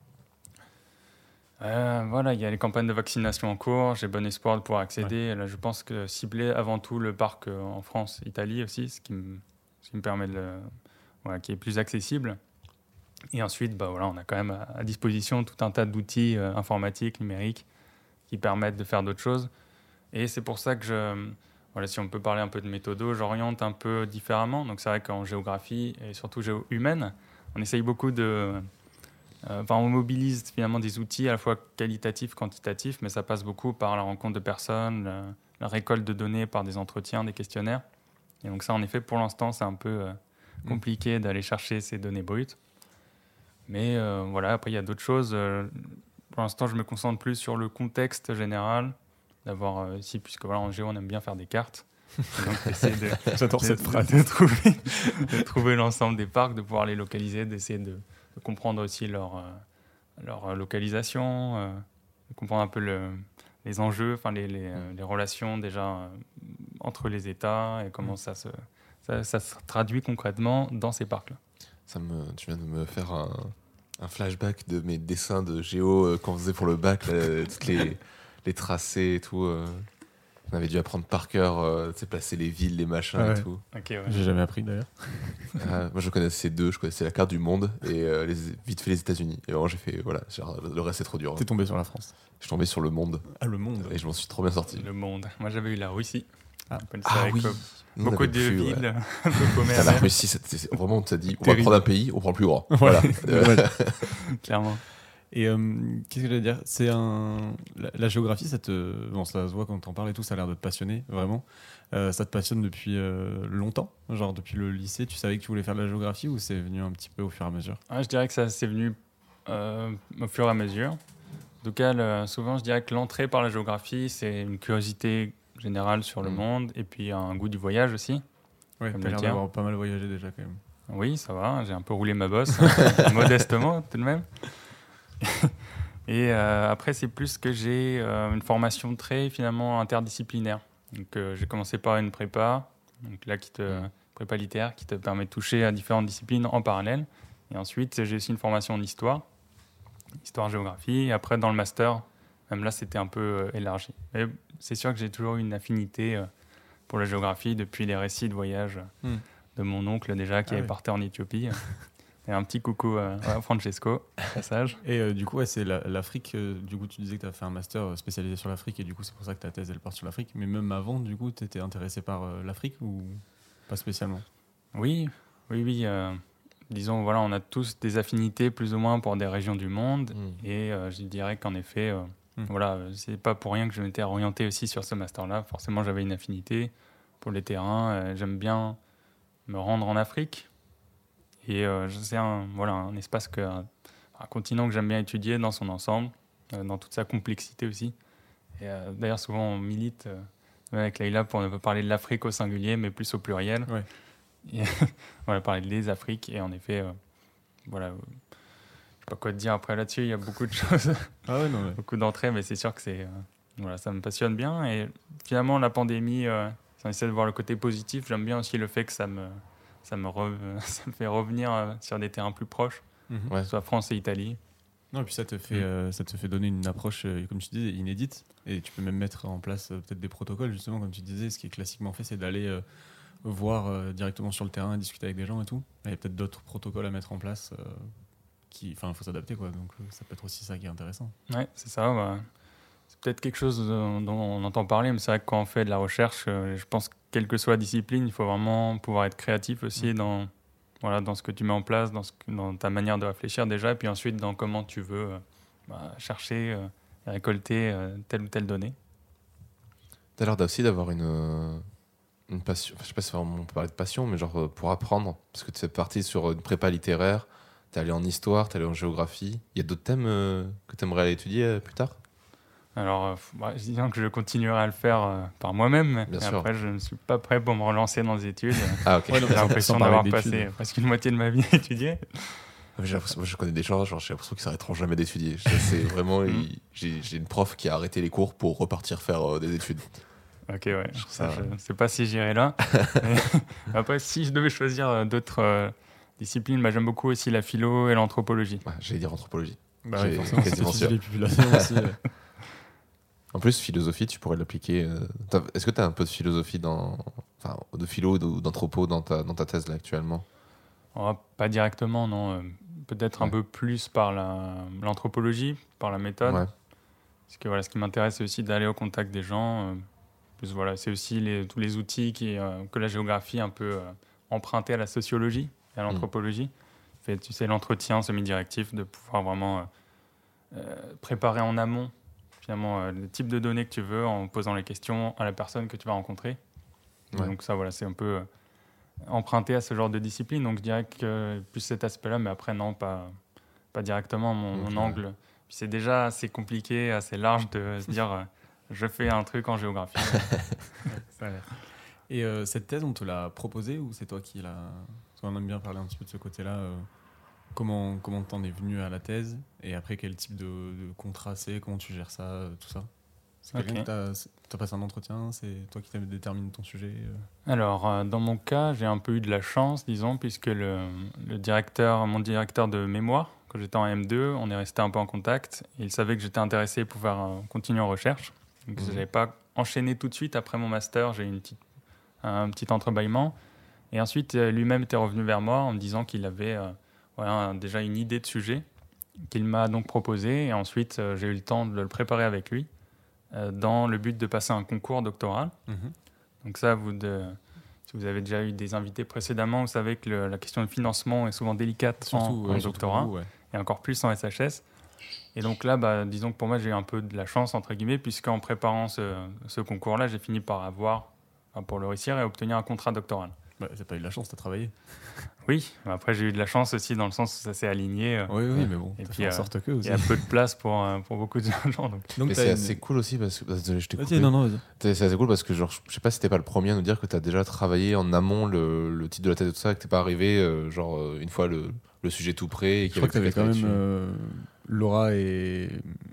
voilà, il y a les campagnes de vaccination en cours. J'ai bon espoir de pouvoir accéder. Là, je pense que cibler avant tout le parc en France, Italie aussi, ce qui me permet qui est plus accessible. Et ensuite, on a quand même à disposition tout un tas d'outils informatiques, numériques, qui permettent de faire d'autres choses. Et c'est pour ça que si on peut parler un peu de méthodo, j'oriente un peu différemment. Donc c'est vrai qu'en géographie, et surtout géo-humaine, on essaye beaucoup on mobilise finalement des outils à la fois qualitatifs, quantitatifs, mais ça passe beaucoup par la rencontre de personnes, la récolte de données par des entretiens, des questionnaires. Et donc ça, en effet, pour l'instant, c'est un peu compliqué d'aller chercher ces données brutes. Mais après, il y a d'autres choses. Pour l'instant, je me concentre plus sur le contexte général, d'avoir puisque en géo, on aime bien faire des cartes. Donc, J'adore cette phrase. De trouver l'ensemble des parcs, de pouvoir les localiser, d'essayer de comprendre aussi leur localisation, de comprendre un peu les enjeux, les relations déjà entre les États et comment ça se traduit concrètement dans ces parcs-là. Tu viens de me faire un flashback de mes dessins de géo qu'on faisait pour le bac, là, toutes les tracés et tout. On avait dû apprendre par cœur, placer les villes, les machins et tout. Okay, ouais. J'ai jamais appris d'ailleurs. Moi je connaissais deux, je connaissais la carte du monde et vite fait les États-Unis. Et vraiment j'ai fait, le reste c'est trop dur. T'es tombé sur la France. Je suis tombé sur le monde. Ah, le monde. Et je m'en suis trop bien sorti. Le monde. Moi j'avais eu la Russie. Oui. Beaucoup de villes, un peu paumées. La Russie, c'est vraiment, on t'a dit, on va prendre un pays, on prend le plus grand. Voilà. Clairement. Et qu'est-ce que j'allais dire? La géographie, ça se voit quand t'en parles et tout, ça a l'air de te passionner, vraiment. Ça te passionne depuis longtemps? Genre depuis le lycée, tu savais que tu voulais faire de la géographie ou c'est venu un petit peu au fur et à mesure? Je dirais que ça c'est venu au fur et à mesure. En tout cas, souvent, je dirais que l'entrée par la géographie, c'est une curiosité générale sur le monde et puis un goût du voyage aussi. Ouais, t'as l'air d'avoir pas mal voyagé déjà quand même. Oui, ça va, j'ai un peu roulé ma bosse, modestement tout de même. Et après, c'est plus que j'ai une formation très finalement interdisciplinaire. Donc, j'ai commencé par une prépa, donc là, prépa littéraire, qui te permet de toucher à différentes disciplines en parallèle. Et ensuite, j'ai aussi une formation en histoire-géographie. Et après, dans le master, même là, c'était un peu élargi. Mais c'est sûr que j'ai toujours eu une affinité pour la géographie depuis les récits de voyage de mon oncle déjà qui avait parti en Éthiopie. Et un petit coucou à Francesco, passage. Et du coup, c'est l'Afrique. Du coup, tu disais que tu as fait un master spécialisé sur l'Afrique et du coup, c'est pour ça que ta thèse, elle porte sur l'Afrique. Mais même avant, du coup, tu étais intéressé par l'Afrique ou pas spécialement? Oui. Disons, voilà, on a tous des affinités plus ou moins pour des régions du monde. Et je dirais qu'en effet, c'est pas pour rien que je m'étais orienté aussi sur ce master-là. Forcément, j'avais une affinité pour les terrains. J'aime bien me rendre en Afrique. Et c'est un espace, un continent que j'aime bien étudier dans son ensemble, dans toute sa complexité aussi. Et d'ailleurs, souvent, on milite avec Leïla pour ne pas parler de l'Afrique au singulier, mais plus au pluriel. Ouais. Et, parler des Afriques. Et en effet, je ne sais pas quoi te dire après là-dessus. Il y a beaucoup de choses, beaucoup d'entrées, mais c'est sûr que ça me passionne bien. Et finalement, la pandémie, si on essaie de voir le côté positif, j'aime bien aussi le fait que ça me fait revenir sur des terrains plus proches, que ce soit France et Italie. Non, et puis ça te fait donner une approche, comme tu disais, inédite. Et tu peux même mettre en place peut-être des protocoles, justement, comme tu disais. Ce qui est classiquement fait, c'est d'aller voir directement sur le terrain, discuter avec des gens et tout. Il y a peut-être d'autres protocoles à mettre en place. Il faut s'adapter, quoi. Donc ça peut être aussi ça qui est intéressant. Ouais, c'est ça. C'est peut-être quelque chose dont on entend parler, mais c'est vrai que quand on fait de la recherche, je pense quelle que soit la discipline, il faut vraiment pouvoir être créatif aussi dans ce que tu mets en place, dans ta manière de réfléchir déjà, et puis ensuite dans comment tu veux chercher et récolter telle ou telle donnée. Tu as l'air aussi d'avoir une passion, enfin, je sais pas si on peut parler de passion, mais genre pour apprendre, parce que tu es parti sur une prépa littéraire, tu es allé en histoire, tu es allé en géographie. Il y a d'autres thèmes que tu aimerais aller étudier plus tard? Alors, disons que je continuerai à le faire par moi-même, Bien et sûr. après je ne suis pas prêt pour me relancer dans les études. Ah, ok. Ouais, non, J'ai l'impression sans parler d'avoir d'études. passé presque une moitié de ma vie à étudier. Moi, je connais des gens, genre, j'ai l'impression qu'ils s'arrêteront jamais d'étudier. C'est vraiment, j'ai une prof qui a arrêté les cours pour repartir faire des études. Ok, ouais. ça- Je ne sais pas si j'irai là. Mais après, si je devais choisir d'autres disciplines, j'aime beaucoup aussi la philo et l'anthropologie. Ouais, j'allais dire anthropologie. Bah J'ai oui, forcément, c'est quasiment sûr. les populations aussi. En plus, philosophie, tu pourrais l'appliquer. Est-ce que tu as un peu de philosophie enfin, de philo ou d'anthropo dans ta thèse là actuellement? Pas directement, non. Peut-être un Ouais. peu plus par l'anthropologie, par la méthode. Ouais. Parce que ce qui m'intéresse, c'est aussi d'aller au contact des gens. Plus, c'est aussi tous les outils que la géographie un peu emprunté à la sociologie et à l'anthropologie. Fait, tu sais, l'entretien semi-directif, de pouvoir vraiment préparer en amont finalement le type de données que tu veux en posant les questions à la personne que tu vas rencontrer. Et Ouais. donc ça, c'est un peu emprunté à ce genre de discipline. Donc je dirais que plus cet aspect-là, mais après non, pas directement mon angle. Puis c'est déjà assez compliqué, assez large de se dire je fais un truc en géographie. Et cette thèse, on te l'a proposée ou c'est toi qui l'as... Parce qu'on aime bien parler un petit peu de ce côté-là. Comment t'en es venu à la thèse? Et après, quel type de contrat c'est? Comment tu gères ça? Tout ça? C'est quelqu'un que t'as passé un entretien? C'est toi qui détermine ton sujet? Alors, dans mon cas, j'ai un peu eu de la chance, disons, puisque mon directeur de mémoire, quand j'étais en M2, on est resté un peu en contact. Et il savait que j'étais intéressé pour faire continuer en recherche. Donc, je n'avais pas enchaîné tout de suite. Après mon master, j'ai eu un petit entrebâillement. Et ensuite, lui-même était revenu vers moi en me disant qu'il avait déjà une idée de sujet qu'il m'a donc proposé. Et ensuite, j'ai eu le temps de le préparer avec lui dans le but de passer un concours doctoral. Donc ça, si vous avez déjà eu des invités précédemment, vous savez que la question du financement est souvent délicate en doctorat, et encore plus en SHS. Et donc là, disons que pour moi, j'ai eu un peu de la chance, entre guillemets, puisqu'en préparant ce concours-là, j'ai fini par pour le réussir et obtenir un contrat doctoral. Bah, t'as pas eu de la chance, t'as travaillé. Oui, après j'ai eu de la chance aussi dans le sens où ça s'est aligné. Oui, mais bon, et t'as puis fait en sorte que aussi. Il y a peu de place pour beaucoup de gens. Donc Mais c'est assez cool aussi parce que... Désolé, je t'ai coupé. Vas-y. C'est assez cool parce que genre, je sais pas si t'es pas le premier à nous dire que t'as déjà travaillé en amont le titre de la thèse et tout ça, et que t'es pas arrivé une fois le sujet tout prêt. Et je crois que t'avais quand même Laura et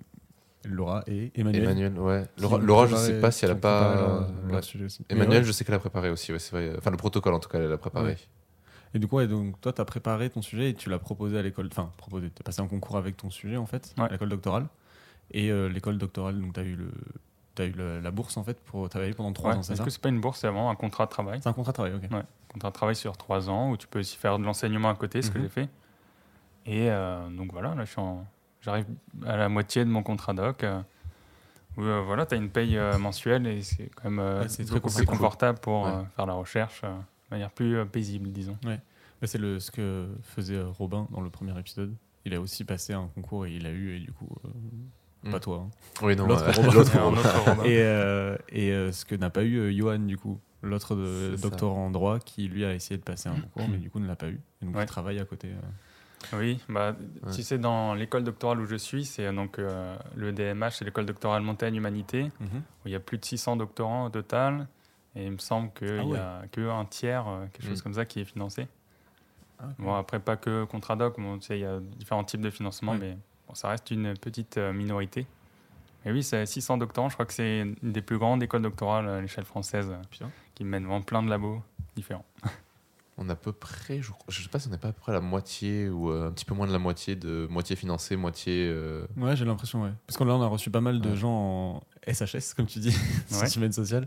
Emmanuel. Ouais. Laura, je sais pas si elle a pas... sujet aussi. Emmanuel, je sais qu'elle a préparé aussi, ouais, c'est vrai. Enfin, le protocole, en tout cas, elle a préparé. Ouais. Et du coup, donc toi, tu as préparé ton sujet et tu l'as proposé à l'école. Enfin, tu as passé un concours avec ton sujet, en fait, à l'école doctorale. Et l'école doctorale, donc tu as eu la bourse, en fait, pour travailler pendant 3 ans, c'est ça? Est-ce que c'est pas une bourse, c'est vraiment un contrat de travail? C'est un contrat de travail, ok. Ouais, contrat de travail sur 3 ans, où tu peux aussi faire de l'enseignement à côté, ce que j'ai fait. Et donc voilà, là, j'arrive à la moitié de mon contrat doc. Où voilà, tu as une paye mensuelle et c'est quand même c'est beaucoup très plus confortable pour Ouais. faire la recherche de manière plus paisible, disons. Ouais. Bah, c'est ce que faisait Robin dans le premier épisode. Il a aussi passé un concours et il a eu, et du coup, pas toi. Hein. Oui, non, L'autre Robin. L'autre Robin. Et ce que n'a pas eu Johan, du coup, l'autre doctorant en droit qui, lui, a essayé de passer un concours, mais du coup, ne l'a pas eu. Et donc, il travaille à côté. Oui, tu sais, dans l'école doctorale où je suis, c'est donc le DMH, c'est l'école doctorale Montaigne Humanité, où il y a plus de 600 doctorants au total, et il me semble qu'il n'y a qu'un tiers, quelque chose comme ça, qui est financé. Ah, okay. Bon, après, pas que contrat doc, tu sais, il y a différents types de financement, mais ça reste une petite minorité. Et oui, c'est 600 doctorants, je crois que c'est une des plus grandes écoles doctorales à l'échelle française, qui mène vraiment plein de labos différents. On a à peu près, je sais pas si on n'est pas à peu près à la moitié ou un petit peu moins de la moitié financé, moitié. Ouais, j'ai l'impression, ouais. Parce que là, on a reçu pas mal de gens en SHS, comme tu dis, sciences humaines sociales.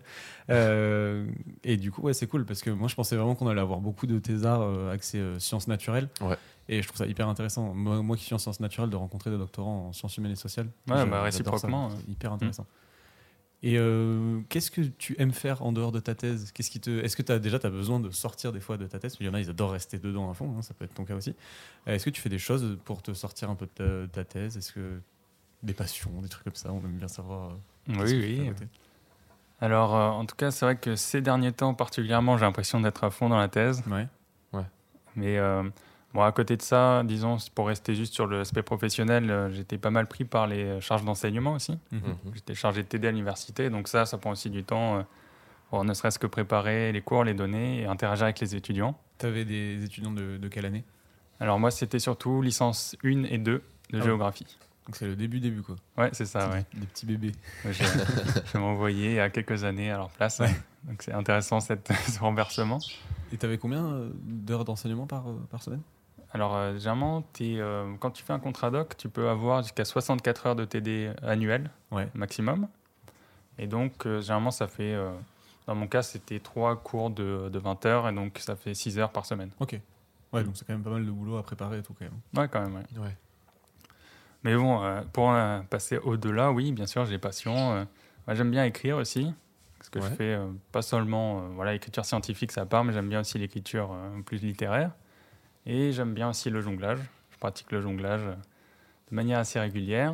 Et du coup, ouais, c'est cool parce que moi, je pensais vraiment qu'on allait avoir beaucoup de thésards axés sciences naturelles. Ouais. Et je trouve ça hyper intéressant. Moi qui suis en sciences naturelles, de rencontrer des doctorants en sciences humaines et sociales. Ouais, réciproquement. C'est hyper intéressant. Et qu'est-ce que tu aimes faire en dehors de ta thèse? Est-ce que tu as besoin de sortir des fois de ta thèse? Il y en a, ils adorent rester dedans à fond, hein, ça peut être ton cas aussi. Est-ce que tu fais des choses pour te sortir un peu de ta thèse? Est-ce que des passions, des trucs comme ça, on aime bien savoir. Oui, qu'est-ce que tu fais à oui. côté. Alors, en tout cas, c'est vrai que ces derniers temps particulièrement, j'ai l'impression d'être à fond dans la thèse. Ouais. Mais bon, à côté de ça, disons, pour rester juste sur l'aspect professionnel, j'étais pas mal pris par les charges d'enseignement aussi. Mhm. J'étais chargé de TD à l'université, donc ça prend aussi du temps, pour ne serait-ce que préparer les cours, les données et interagir avec les étudiants. Tu avais des étudiants de quelle année? Alors moi, c'était surtout licence 1 et 2 de Ah géographie. Donc c'est le début, quoi. Ouais, c'est ça, ouais. Des petits bébés. Je m'envoyais à quelques années à leur place. Ouais. Donc c'est intéressant ce renversement. Et tu avais combien d'heures d'enseignement par semaine? Alors, généralement, quand tu fais un contrat doc, tu peux avoir jusqu'à 64 heures de TD annuel maximum. Et donc, généralement, ça fait... dans mon cas, c'était 3 cours de 20 heures, et donc ça fait 6 heures par semaine. Ok. Ouais, donc c'est quand même pas mal de boulot à préparer et tout, quand même. Ouais, quand même, ouais. Mais bon, pour passer au-delà, oui, bien sûr, j'ai des passions. Moi, j'aime bien écrire aussi. Parce que je fais pas seulement l'écriture scientifique, ça part, mais j'aime bien aussi l'écriture plus littéraire. Et j'aime bien aussi le jonglage. Je pratique le jonglage de manière assez régulière.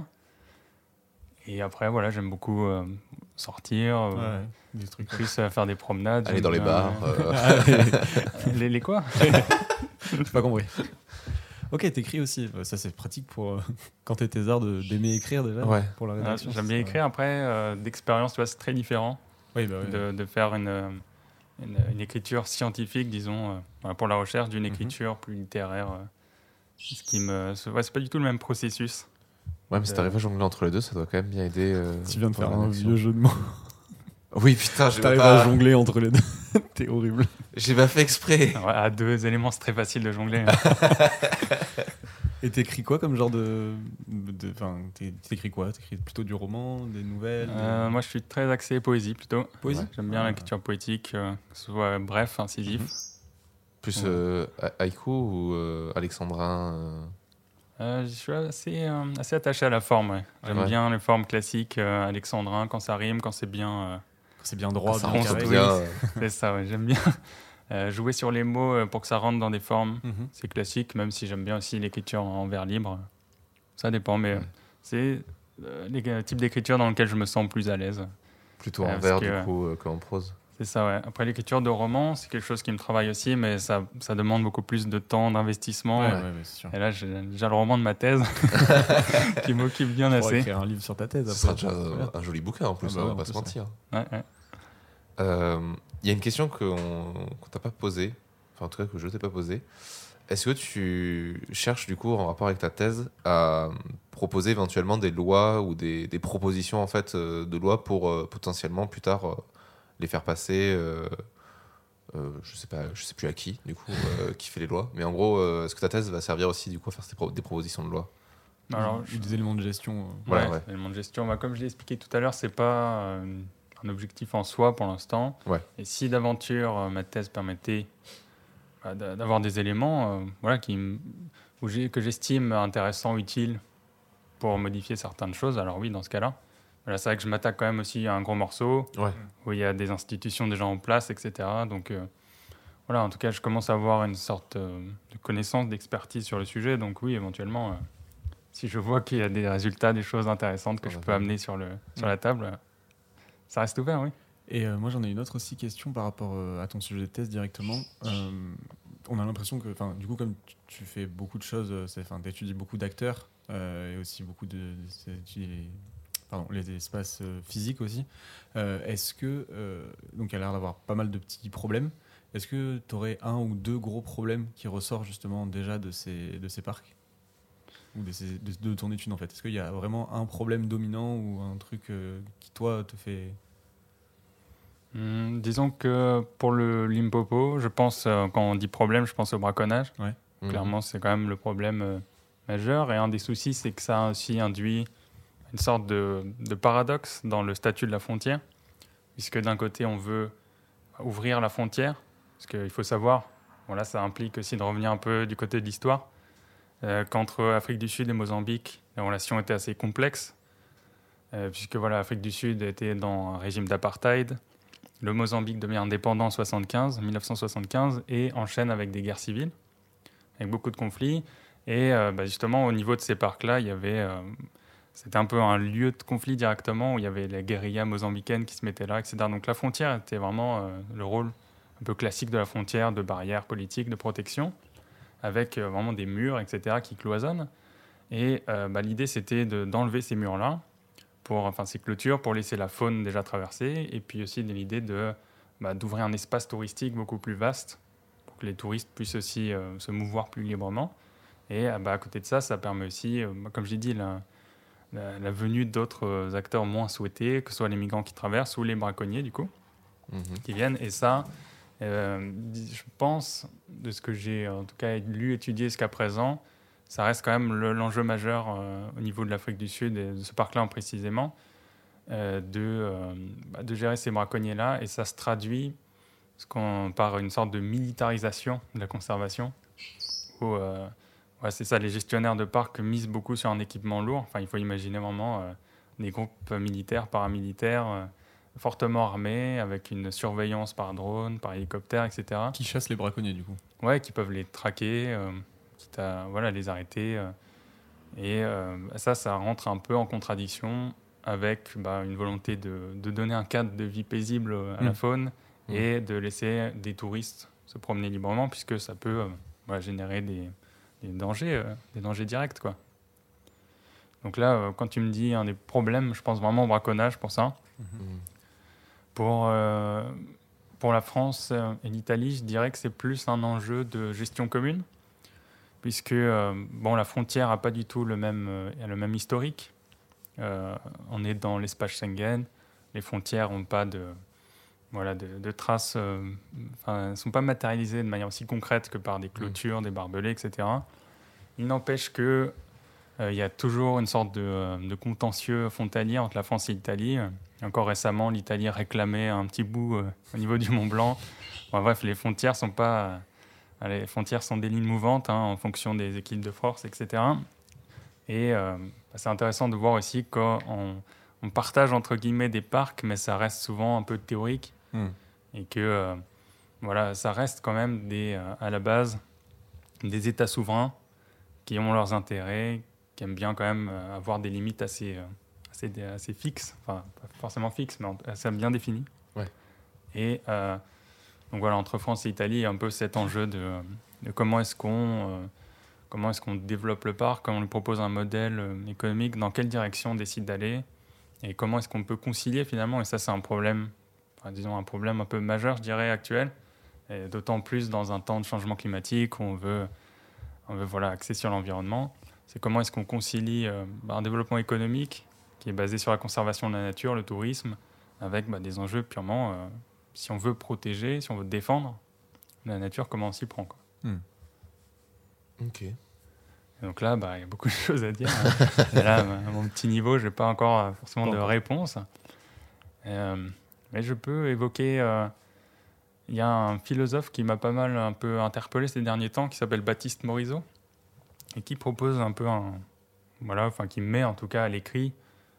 Et après, voilà, j'aime beaucoup sortir, des trucs plus faire des promenades. Aller dans les bars. Les quoi? J'ai pas compris. Ok, t'écris aussi. Ça, c'est pratique pour quand t'es thésard d'aimer écrire déjà. Ouais. Pour la rédaction. J'aime bien écrire. Après, d'expérience, tu vois, c'est très différent. Oui, bah, de faire une écriture scientifique, disons, pour la recherche, d'une écriture plus littéraire. Ce qui c'est pas du tout le même processus. Ouais, mais si t'arrives à jongler entre les deux, ça doit quand même bien aider. Tu viens de pour faire la un rédaction. vieux jeu de mots. Oui, putain, je T'arrives à jongler entre les deux. T'es horrible. J'ai pas fait exprès. Ouais, à 2 éléments, c'est très facile de jongler. Et t'écris quoi comme genre t'écris quoi? T'écris plutôt du roman, des nouvelles Moi, je suis très axé poésie plutôt. Poésie. Ouais, j'aime bien l'écriture poétique, que ce soit bref, incisif. Plus haïku ou alexandrin Je suis assez attaché à la forme. Ouais. J'aime bien les formes classiques, alexandrin, quand ça rime, quand c'est bien. C'est bien droit, ça bien rentre carré. bien. C'est ça, ouais, j'aime bien jouer sur les mots pour que ça rentre dans des formes. Mhm. C'est classique, même si j'aime bien aussi l'écriture en vers libre. Ça dépend, mais c'est les types d'écriture dans lesquels je me sens plus à l'aise. Plutôt en vers, du coup, qu'en prose. C'est ça, ouais. Après, l'écriture de roman, c'est quelque chose qui me travaille aussi, mais ça demande beaucoup plus de temps, d'investissement. Ouais, c'est sûr. Et là, j'ai déjà le roman de ma thèse qui m'occupe bien Tu assez. écrire un livre sur ta thèse. Ce sera déjà un joli bouquin en plus, Ah bah on ouais, va en pas se plus, mentir. Ouais. Il y a une question qu'on t'a pas posée, enfin en tout cas que je t'ai pas posée. Est-ce que tu cherches du coup en rapport avec ta thèse à proposer éventuellement des lois ou des propositions en fait de lois pour potentiellement plus tard les faire passer je sais plus à qui du coup qui fait les lois, mais en gros est-ce que ta thèse va servir aussi du coup à faire des propositions de loi? Alors, Ou des éléments de gestion. Voilà, ouais. L'élément de gestion, comme je l'ai expliqué tout à l'heure, c'est pas un objectif en soi pour l'instant. Ouais. Et si d'aventure ma thèse permettait d'avoir des éléments que j'estime intéressants, utiles pour modifier certaines choses, alors oui, dans ce cas-là. Voilà, c'est vrai que je m'attaque quand même aussi à un gros morceau où il y a des institutions déjà en place, etc. Donc voilà, en tout cas, je commence à avoir une sorte de connaissance, d'expertise sur le sujet. Donc oui, éventuellement, si je vois qu'il y a des résultats, des choses intéressantes que je peux amener sur la table, ça reste ouvert, oui. Et moi, j'en ai une autre aussi question par rapport à ton sujet de thèse directement. On a l'impression que, du coup, comme tu fais beaucoup de choses, tu étudies beaucoup d'acteurs et aussi beaucoup les espaces physiques aussi. Est-ce que, donc il y a l'air d'avoir pas mal de petits problèmes. Est-ce que tu aurais un ou deux gros problèmes qui ressortent justement déjà de ces parcs ou de ton étude en fait? Est-ce qu'il y a vraiment un problème dominant ou un truc qui toi te fait... Disons que pour le Limpopo, je pense, quand on dit problème, je pense au braconnage. Ouais. Clairement, c'est quand même le problème majeur. Et un des soucis, c'est que ça a aussi induit une sorte de paradoxe dans le statut de la frontière, puisque d'un côté, on veut ouvrir la frontière, parce qu'il faut savoir, là, ça implique aussi de revenir un peu du côté de l'histoire, qu'entre Afrique du Sud et Mozambique, les relations étaient assez complexes. puisque voilà, l'Afrique du Sud était dans un régime d'apartheid. Le Mozambique devient indépendant en 1975, et enchaîne avec des guerres civiles, avec beaucoup de conflits. Et justement, au niveau de ces parcs-là, c'était un peu un lieu de conflit directement, où il y avait la guérilla mozambicaine qui se mettait là, etc. Donc la frontière était vraiment le rôle un peu classique de la frontière, de barrière politique, de protection, avec vraiment des murs, etc., qui cloisonnent. Et l'idée, c'était d'enlever ces murs-là, ces clôtures, pour laisser la faune déjà traverser, et puis aussi l'idée d'ouvrir un espace touristique beaucoup plus vaste, pour que les touristes puissent aussi se mouvoir plus librement. Et à côté de ça, ça permet aussi, comme j'ai dit, la venue d'autres acteurs moins souhaités, que ce soit les migrants qui traversent ou les braconniers, du coup, qui viennent. Et ça, je pense, de ce que j'ai en tout cas lu, étudié jusqu'à présent, ça reste quand même l'enjeu majeur au niveau de l'Afrique du Sud et de ce parc-là précisément, de gérer ces braconniers-là. Et ça se traduit par une sorte de militarisation de la conservation, où c'est ça, les gestionnaires de parcs misent beaucoup sur un équipement lourd. Enfin, il faut imaginer vraiment des groupes militaires, paramilitaires, fortement armés, avec une surveillance par drone, par hélicoptère, etc. Qui chassent les braconniers, du coup. Ouais, qui peuvent les traquer, quitte à les arrêter. Et ça rentre un peu en contradiction avec une volonté de donner un cadre de vie paisible à la faune et de laisser des touristes se promener librement, puisque ça peut générer des dangers directs, quoi. Donc là, quand tu me dis un des problèmes, je pense vraiment au braconnage pour ça. Pour la France et l'Italie, je dirais que c'est plus un enjeu de gestion commune, puisque la frontière n'a pas du tout le même historique. On est dans l'espace Schengen, les frontières n'ont pas de traces, ne sont pas matérialisées de manière aussi concrète que par des clôtures, des barbelés, etc. Il n'empêche que il y a toujours une sorte de contentieux frontalier entre la France et l'Italie. Encore récemment, l'Italie réclamait un petit bout au niveau du Mont Blanc. Bref, les frontières sont des lignes mouvantes en fonction des équilibres de force, etc. Et c'est intéressant de voir aussi qu'on partage entre guillemets des parcs, mais ça reste souvent un peu théorique. Et que ça reste quand même à la base des États souverains qui ont leurs intérêts, qui aiment bien quand même avoir des limites assez fixes, enfin pas forcément fixes, mais assez bien définies. Ouais. Et donc entre France et Italie, il y a un peu cet enjeu de comment est-ce qu'on développe le parc, comment on lui propose un modèle économique, dans quelle direction on décide d'aller, et comment est-ce qu'on peut concilier finalement. Et ça, c'est un problème, un problème un peu majeur, je dirais, actuel, et d'autant plus dans un temps de changement climatique où on veut axer sur l'environnement. C'est comment est-ce qu'on concilie un développement économique qui est basé sur la conservation de la nature, le tourisme, avec des enjeux purement, si on veut protéger, si on veut défendre la nature, comment on s'y prend, quoi. Ok. Et donc là, il y a beaucoup de choses à dire. Et là, à mon petit niveau, je n'ai pas encore forcément de réponse. Mais je peux évoquer... Il y a un philosophe qui m'a pas mal un peu interpellé ces derniers temps, qui s'appelle Baptiste Morisot, et qui propose un peu qui met en tout cas à l'écrit,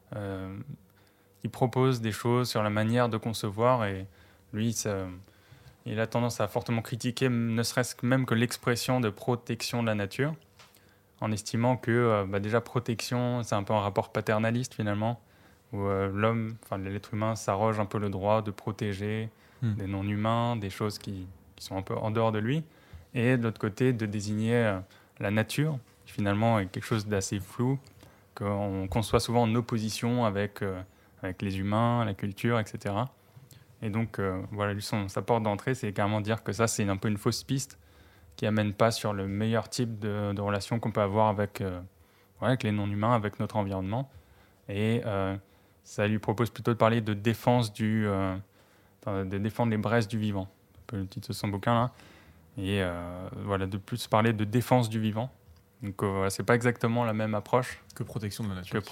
qui propose des choses sur la manière de concevoir. Et lui, il a tendance à fortement critiquer, ne serait-ce que même que l'expression de protection de la nature, en estimant que déjà protection, c'est un peu un rapport paternaliste finalement, où l'être humain s'arroge un peu le droit de protéger des non-humains, des choses qui sont un peu en dehors de lui, et de l'autre côté de désigner la nature, qui finalement est quelque chose d'assez flou, qu'on conçoit souvent en opposition avec les humains, la culture, etc. Et donc, sa porte d'entrée, c'est carrément dire que ça, c'est un peu une fausse piste qui amène pas sur le meilleur type de relation qu'on peut avoir avec les non-humains, avec notre environnement. Et ça lui propose plutôt de parler de défense de défendre les braises du vivant. Un peu le titre de son bouquin, là. Et de plus parler de défense du vivant. Donc, c'est pas exactement la même approche que protection de la nature.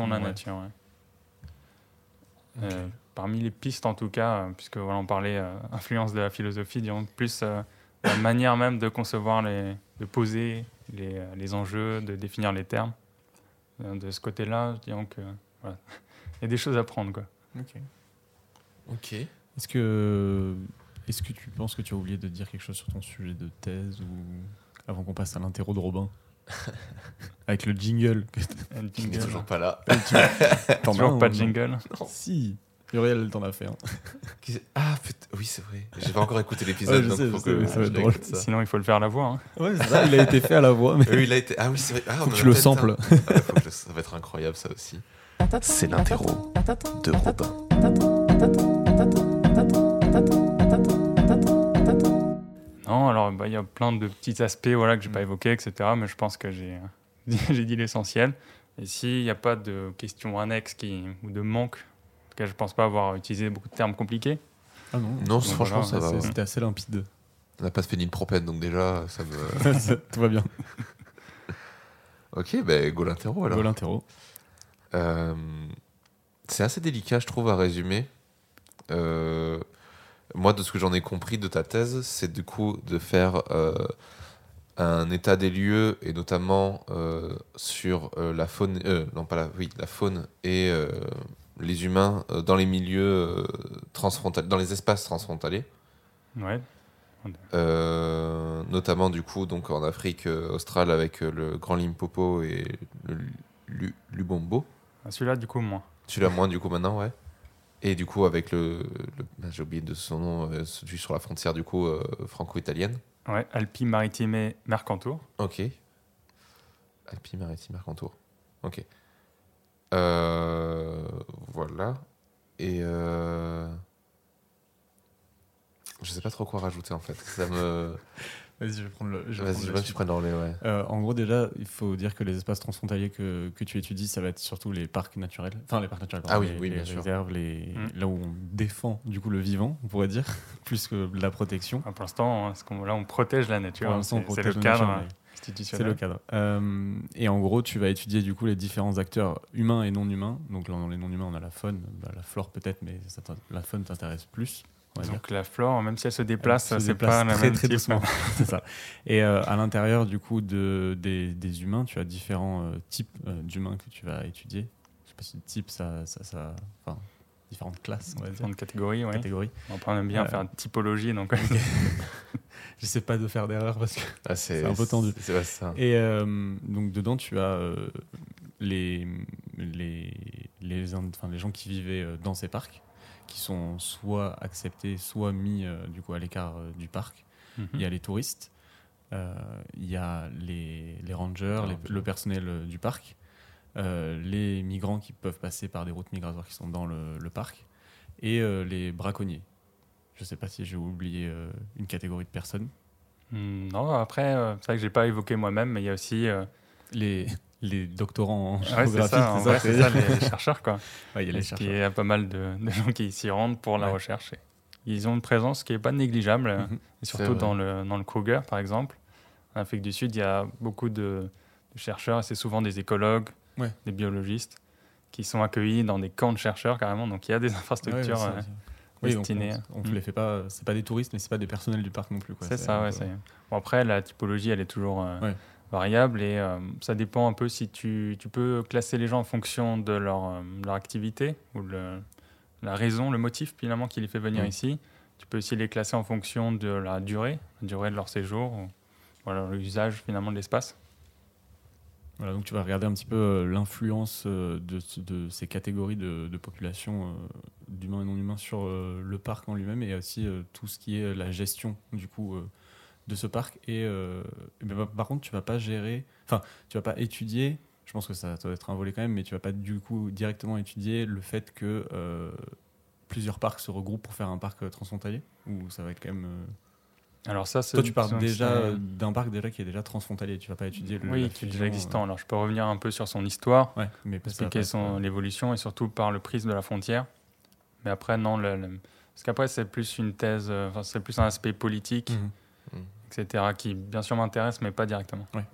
Okay. Parmi les pistes, en tout cas, puisque on parlait influence de la philosophie, disons, plus la manière même de concevoir, de poser les enjeux, de définir les termes. De ce côté-là, disons que voilà. Il y a des choses à prendre, quoi. Ok. Est-ce que tu penses que tu as oublié de dire quelque chose sur ton sujet de thèse ou avant qu'on passe à l'interro de Robin avec le jingle? Il n'est toujours pas là. T'en as Toujours un, pas de non jingle. Si, Muriel t'en a fait un. Ah, putain, oui, c'est vrai. J'ai pas encore écouté l'épisode, Ouais, donc je faut sais, que mais ça va je être drôle. réécoute ça. Sinon, il faut le faire à la voix. Hein. Ouais, c'est ça, il a été fait à la voix, mais Oui, il a été. Ah oui, c'est vrai. Ah, faut on que en tu a le peut-être samples. un. Ah, faut que ça va être incroyable, ça aussi. C'est l'interro de Robin. Non, alors il y a plein de petits aspects voilà, que j'ai pas évoqués, etc. Mais je pense que j'ai j'ai dit l'essentiel. Et s'il n'y a pas de questions annexes ou de manque, en tout cas, je pense pas avoir utilisé beaucoup de termes compliqués. Ah non, Non, franchement, ça va. C'était assez limpide. On n'a pas de phénylpropène, donc déjà, ça me. Tout va bien. Ok, ben go l'interro alors. Go l'interro. C'est assez délicat, je trouve, à résumer. Moi, de ce que j'en ai compris de ta thèse, c'est du coup de faire un état des lieux et notamment sur la faune, la faune et les humains dans les milieux transfrontaliers, dans les espaces transfrontaliers. Ouais. Notamment du coup donc en Afrique australe avec le Grand Limpopo et le Lubombo. Celui-là, du coup, moins. Celui-là moins du coup maintenant, ouais. Et du coup avec j'ai oublié de son nom, celui sur la frontière du coup franco-italienne. Ouais, Alpi Maritime Mercantour. Ok. Alpi Maritime Mercantour. Ok. Voilà. Et je sais pas trop quoi rajouter en fait. Ça me. Vas-y, je vais prendre le. Vas-y, je prends le relais, ouais. En gros, déjà, il faut dire que les espaces transfrontaliers que tu étudies, ça va être surtout les parcs naturels. Enfin, les parcs naturels, Ah oui, les bien sûr. réserves, là où on défend du coup le vivant, on pourrait dire, plus que la protection. Pour l'instant, là, on protège la nature. Pour l'instant, on C'est protège le la cadre nature, mais c'est institutionnel. le cadre. Et en gros, tu vas étudier du coup les différents acteurs humains et non humains. Donc dans les non humains, on a la faune, la flore peut-être, mais la faune t'intéresse plus. Donc la flore, même si elle se déplace, elle se c'est déplace pas la très, même très type. doucement. C'est ça. Et à l'intérieur du coup des humains, tu as différents types d'humains que tu vas étudier. Je sais pas si type enfin différentes classes, on va dire. Différentes catégories, oui. Catégories. Après, on aime bien faire une typologie, donc. J'essaie pas de faire d'erreur parce que c'est un peu tendu. C'est ça. Et donc dedans, tu as les gens qui vivaient dans ces parcs, qui sont soit acceptés, soit mis du coup à l'écart du parc. Il y a les touristes, il y a les rangers, le personnel du parc, les migrants qui peuvent passer par des routes migratoires qui sont dans le parc, et les braconniers. Je ne sais pas si j'ai oublié une catégorie de personnes. Non, après, c'est vrai que je n'ai pas évoqué moi-même, mais il y a aussi... les doctorants en ouais, géographie, c'est ça, les chercheurs, quoi. Ouais, il y a les chercheurs. Il y a pas mal de gens qui s'y rendent pour la recherche. Et ils ont une présence qui n'est pas négligeable, et surtout dans le Kruger, par exemple. En Afrique du Sud, il y a beaucoup de chercheurs, et c'est souvent des écologues, des biologistes, qui sont accueillis dans des camps de chercheurs, carrément. Donc il y a des infrastructures destinées. On ne les fait pas, c'est pas des touristes, mais c'est pas des personnels du parc non plus. C'est ça, ouais. Bon, après, la typologie, elle est toujours variable, et ça dépend un peu si tu peux classer les gens en fonction de leur activité ou la raison, le motif finalement qui les fait venir ici. Tu peux aussi les classer en fonction de la durée de leur séjour, ou l'usage finalement de l'espace. Voilà, donc tu vas regarder un petit peu l'influence de ces catégories de population d'humains et non humains sur le parc en lui-même, et aussi tout ce qui est la gestion du coup de ce parc. Et par contre, tu vas pas étudier. Je pense que ça doit être un volet quand même, mais tu vas pas du coup directement étudier le fait que plusieurs parcs se regroupent pour faire un parc transfrontalier, ou ça va être quand même. Alors ça, toi, tu pars déjà d'un parc qui est déjà transfrontalier. Tu vas pas étudier qui est déjà existant. Alors je peux revenir un peu sur son histoire, mais expliquer son évolution, et surtout par le prisme de la frontière. Mais après, non, parce qu'après c'est plus une thèse, c'est plus un aspect politique, etc., qui bien sûr m'intéresse, mais pas directement. Ouais,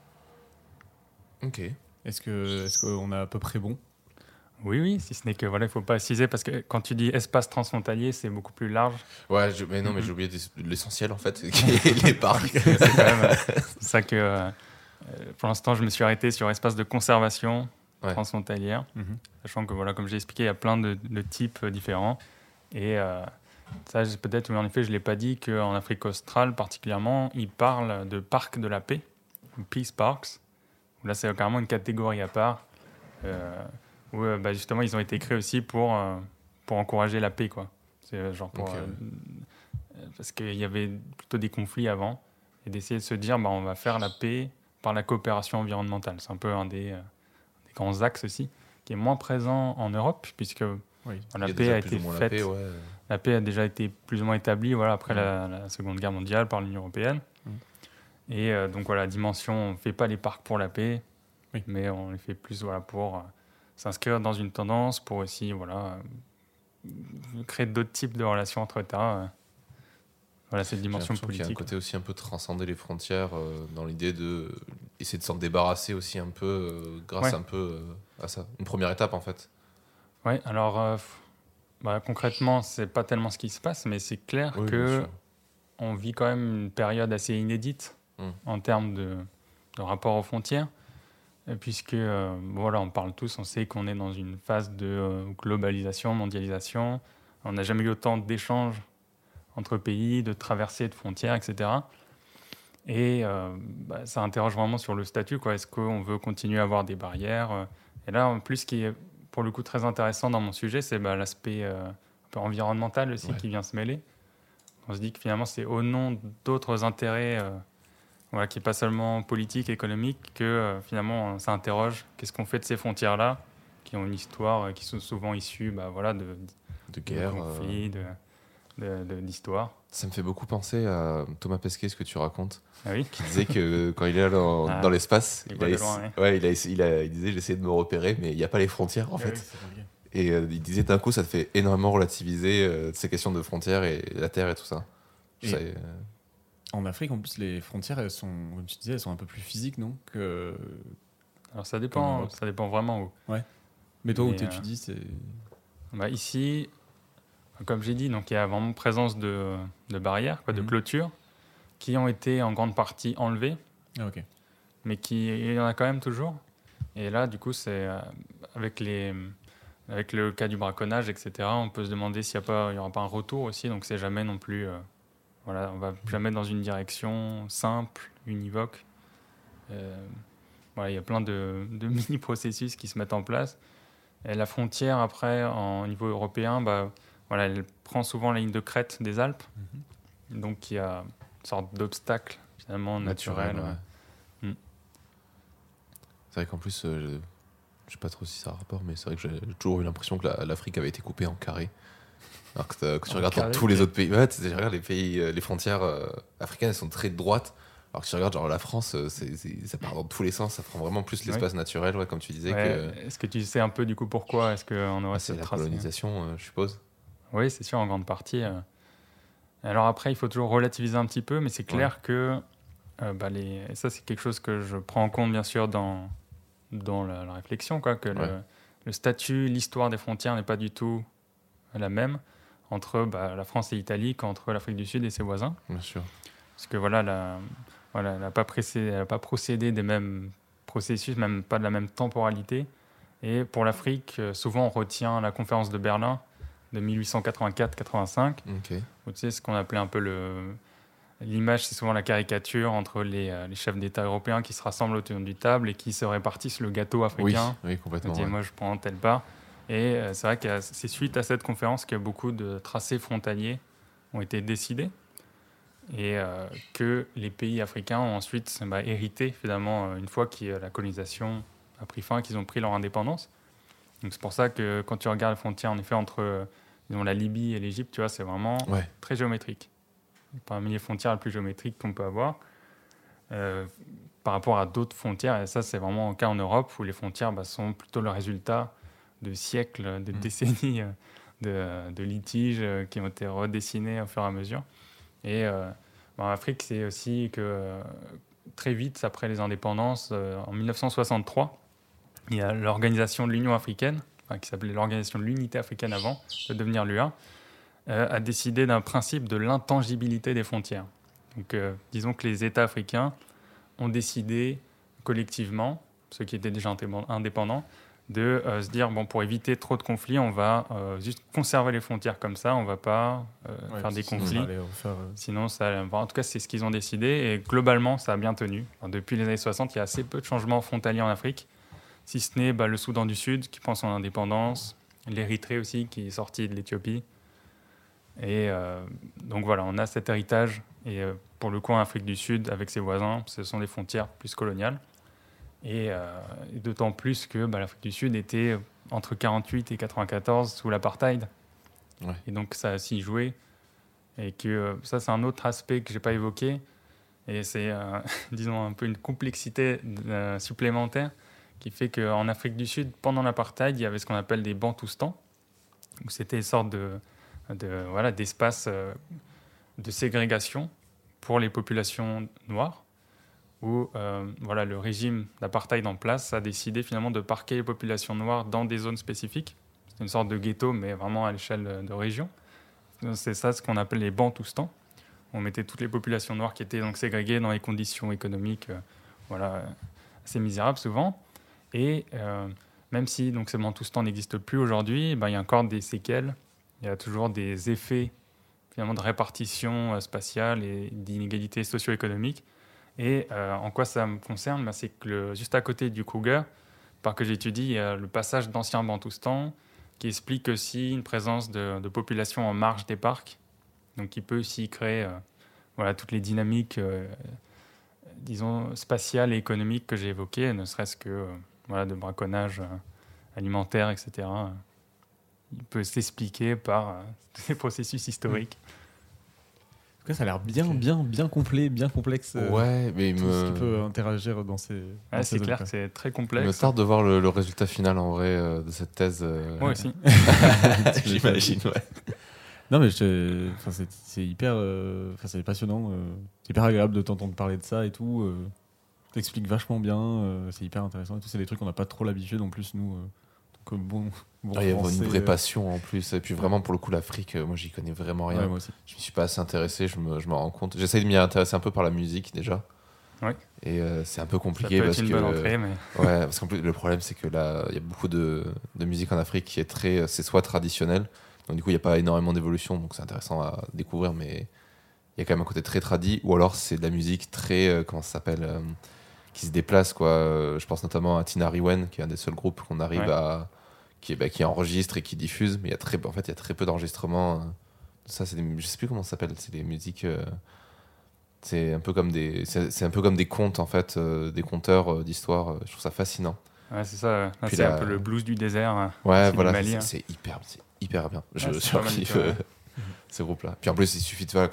ok. Est-ce qu'on a à peu près bon? Oui, si ce n'est que il faut pas préciser, parce que quand tu dis espace transfrontalier, c'est beaucoup plus large. Ouais, mais j'ai oublié l'essentiel en fait, qui est les parcs. C'est quand même ça que pour l'instant je me suis arrêté sur espace de conservation, transfrontalières, Mhm. sachant que, voilà, comme j'ai expliqué, il y a plein de types différents. Et ça, peut-être, oui, en effet, je ne l'ai pas dit, qu'en Afrique australe, particulièrement, ils parlent de parcs de la paix, ou peace parks, où là, c'est carrément une catégorie à part, où justement, ils ont été créés aussi pour encourager la paix, quoi. C'est genre pour... Ok, ouais. Parce qu'il y avait plutôt des conflits avant, et d'essayer de se dire, on va faire la paix par la coopération environnementale. C'est un peu un des grands axes aussi, qui est moins présent en Europe, puisque Oui. la Il y a paix déjà a plus été ou moins la faite. paix, ouais. La paix a déjà été plus ou moins établie, voilà, après Mm. la Seconde Guerre mondiale par l'Union européenne. Mm. Et donc voilà, la dimension, on ne fait pas les parcs pour la paix, Oui. mais on les fait plus pour s'inscrire dans une tendance, pour aussi créer d'autres types de relations entre États. Voilà, cette J'ai dimension l'impression qu'il y a un politique. côté aussi un peu transcender les frontières dans l'idée de essayer de s'en débarrasser aussi un peu grâce Ouais. un peu à ça. Une première étape en fait. Oui, alors concrètement, c'est pas tellement ce qui se passe, mais c'est clair Oui, bien que sûr. on vit quand même une période assez inédite en termes de rapport aux frontières, puisque voilà, on parle tous, on sait qu'on est dans une phase de globalisation, mondialisation. On n'a jamais eu autant d'échanges entre pays, de traversées de frontières, etc. Et ça interroge vraiment sur le statut, quoi. Est-ce qu'on veut continuer à avoir des barrières? Et là, en plus, ce qui est pour le coup très intéressant dans mon sujet, c'est l'aspect un peu environnemental aussi qui vient se mêler. On se dit que finalement, c'est au nom d'autres intérêts, qui n'est pas seulement politique, économique, que finalement, ça interroge qu'est-ce qu'on fait de ces frontières-là, qui ont une histoire, qui sont souvent issues De guerre. de conflits, d'histoires. Ça me fait beaucoup penser à Thomas Pesquet, ce que tu racontes, Ah oui. qui disait que quand il est là dans l'espace, il voit de loin, ouais. il disait j'essaie de me repérer, mais il n'y a pas les frontières en fait. Et il disait d'un coup, ça te fait énormément relativiser ces questions de frontières et la terre et tout ça. Et en Afrique, en plus, les frontières, elles sont, comme tu disais, elles sont un peu plus physiques, non que... Alors ça dépend vraiment où. Ouais. Mais toi, où Mais, t'étudies, c'est... Ici, comme j'ai dit, donc il y a vraiment présence de barrières, de clôtures, qui ont été en grande partie enlevées, mais il y en a quand même toujours. Et là, du coup, c'est avec le cas du braconnage, etc., on peut se demander s'il n'y aura pas un retour aussi. Donc c'est jamais non plus... on va jamais dans une direction simple, univoque. Il y a plein de mini-processus qui se mettent en place. Et la frontière, après, au niveau européen, elle prend souvent la ligne de crête des Alpes. Donc il y a une sorte d'obstacle, finalement, naturel. Ouais. C'est vrai qu'en plus, je sais pas trop si ça a rapport, mais c'est vrai que j'ai toujours eu l'impression que l'Afrique avait été coupée en carrés. Alors que tu regardes dans tous les autres pays, tu regardes les pays, les frontières africaines, elles sont très droites. Alors que si tu regardes genre la France, ça part dans tous les sens, ça prend vraiment plus l'espace naturel, comme tu disais. Est-ce que tu sais un peu du coup pourquoi est-ce qu'on aurait c'est cette la trace colonisation, je suppose. Oui, c'est sûr, en grande partie. Alors après, il faut toujours relativiser un petit peu, mais c'est clair que et ça, c'est quelque chose que je prends en compte, bien sûr, dans la réflexion, que le statut, l'histoire des frontières n'est pas du tout la même entre la France et l'Italie qu'entre l'Afrique du Sud et ses voisins. Bien sûr. Parce que elle n'a pas procédé des mêmes processus, même pas de la même temporalité. Et pour l'Afrique, souvent on retient la conférence de Berlin de 1884-85, où tu sais, ce qu'on appelait un peu l'image, c'est souvent la caricature entre les chefs d'État européens qui se rassemblent autour d'une table et qui se répartissent le gâteau africain. Oui, complètement. Moi, je prends telle part. Et c'est vrai que c'est suite à cette conférence que beaucoup de tracés frontaliers ont été décidés et que les pays africains ont ensuite hérité, finalement, une fois que la colonisation a pris fin, qu'ils ont pris leur indépendance. Donc c'est pour ça que quand tu regardes les frontières, en effet, entre la Libye et l'Égypte, tu vois, c'est vraiment très géométrique. Parmi les frontières les plus géométriques qu'on peut avoir, par rapport à d'autres frontières, et ça c'est vraiment le cas en Europe, où les frontières sont plutôt le résultat de siècles, de décennies de litiges qui ont été redessinés au fur et à mesure. Et en Afrique, c'est aussi que très vite, après les indépendances, en 1963, il y a l'organisation de l'Union africaine, qui s'appelait l'Organisation de l'Unité africaine avant de devenir l'UA, a décidé d'un principe de l'intangibilité des frontières. Donc, disons que les États africains ont décidé collectivement, ceux qui étaient déjà indépendants, de se dire, bon, pour éviter trop de conflits, on va juste conserver les frontières comme ça, on ne va pas faire des conflits. Sinon, en tout cas, c'est ce qu'ils ont décidé. Et globalement, ça a bien tenu. Enfin, depuis les années 60, il y a assez peu de changements frontaliers en Afrique, si ce n'est le Soudan du Sud qui prend son indépendance, l'Érythrée aussi qui est sortie de l'Éthiopie. Et donc voilà, on a cet héritage. Et pour le coup, en Afrique du Sud, avec ses voisins, ce sont des frontières plus coloniales. Et d'autant plus que l'Afrique du Sud était entre 48 et 94 sous l'apartheid. Ouais. Et donc ça a s'y joué. Et que ça, c'est un autre aspect que je n'ai pas évoqué. Et c'est, disons, un peu une complexité supplémentaire qui fait qu'en Afrique du Sud, pendant l'apartheid, il y avait ce qu'on appelle des bantoustans. Donc c'était une sorte d'espace de ségrégation pour les populations noires, où le régime d'apartheid en place a décidé finalement de parquer les populations noires dans des zones spécifiques. C'est une sorte de ghetto, mais vraiment à l'échelle de région. C'est ça ce qu'on appelle les bantoustans. On mettait toutes les populations noires qui étaient donc ségrégées dans des conditions économiques assez misérables souvent. Et même si donc, ces bantoustans n'existent plus aujourd'hui, il y a encore des séquelles. Il y a toujours des effets finalement, de répartition spatiale et d'inégalités socio-économiques. Et en quoi ça me concerne, c'est que juste à côté du Kruger, le parc que j'étudie, il y a le passage d'anciens bantoustans qui explique aussi une présence de populations en marge des parcs, donc qui peut aussi créer toutes les dynamiques disons, spatiales et économiques que j'ai évoquées, ne serait-ce que de braconnage alimentaire, etc. Il peut s'expliquer par tous ces processus historiques. En tout cas, ça a l'air bien complet, bien complexe. Ouais, mais tout ce qui peut interagir dans ces. C'est clair que c'est très complexe. Il me tarde de voir le résultat final en vrai de cette thèse. Moi aussi. J'imagine, ouais. Non, mais c'est hyper. C'est passionnant. C'est hyper agréable de t'entendre parler de ça et tout. T'expliques vachement bien. C'est hyper intéressant et tout. C'est des trucs qu'on n'a pas trop l'habitude en plus, nous. Il y a une vraie passion en plus. Et puis vraiment, pour le coup, l'Afrique, moi, j'y connais vraiment rien. Ouais, moi aussi. Je ne m'y suis pas assez intéressé, je me rends compte. J'essaie de m'y intéresser un peu par la musique déjà. Ouais. Et c'est un peu compliqué. Ça peut être une bonne entrée, mais... Ouais, parce qu'en plus, le problème, c'est que là, il y a beaucoup de musique en Afrique qui est c'est soit traditionnelle, donc du coup, il n'y a pas énormément d'évolution, donc c'est intéressant à découvrir, mais il y a quand même un côté très tradi, ou alors c'est de la musique très, comment ça s'appelle, qui se déplace, quoi. Je pense notamment à Tina Riwen, qui est un des seuls groupes qu'on arrive à... Qui enregistre et qui diffuse, mais il y a très peu d'enregistrements. Ça, je sais plus comment ça s'appelle, c'est des musiques... c'est un peu comme des contes, en fait, des conteurs d'histoires. Je trouve ça fascinant. Ouais, c'est ça. C'est un peu le blues du désert. Ouais, voilà, c'est hyper bien. Je surkiffe ce groupe-là. Puis en plus, il suffit de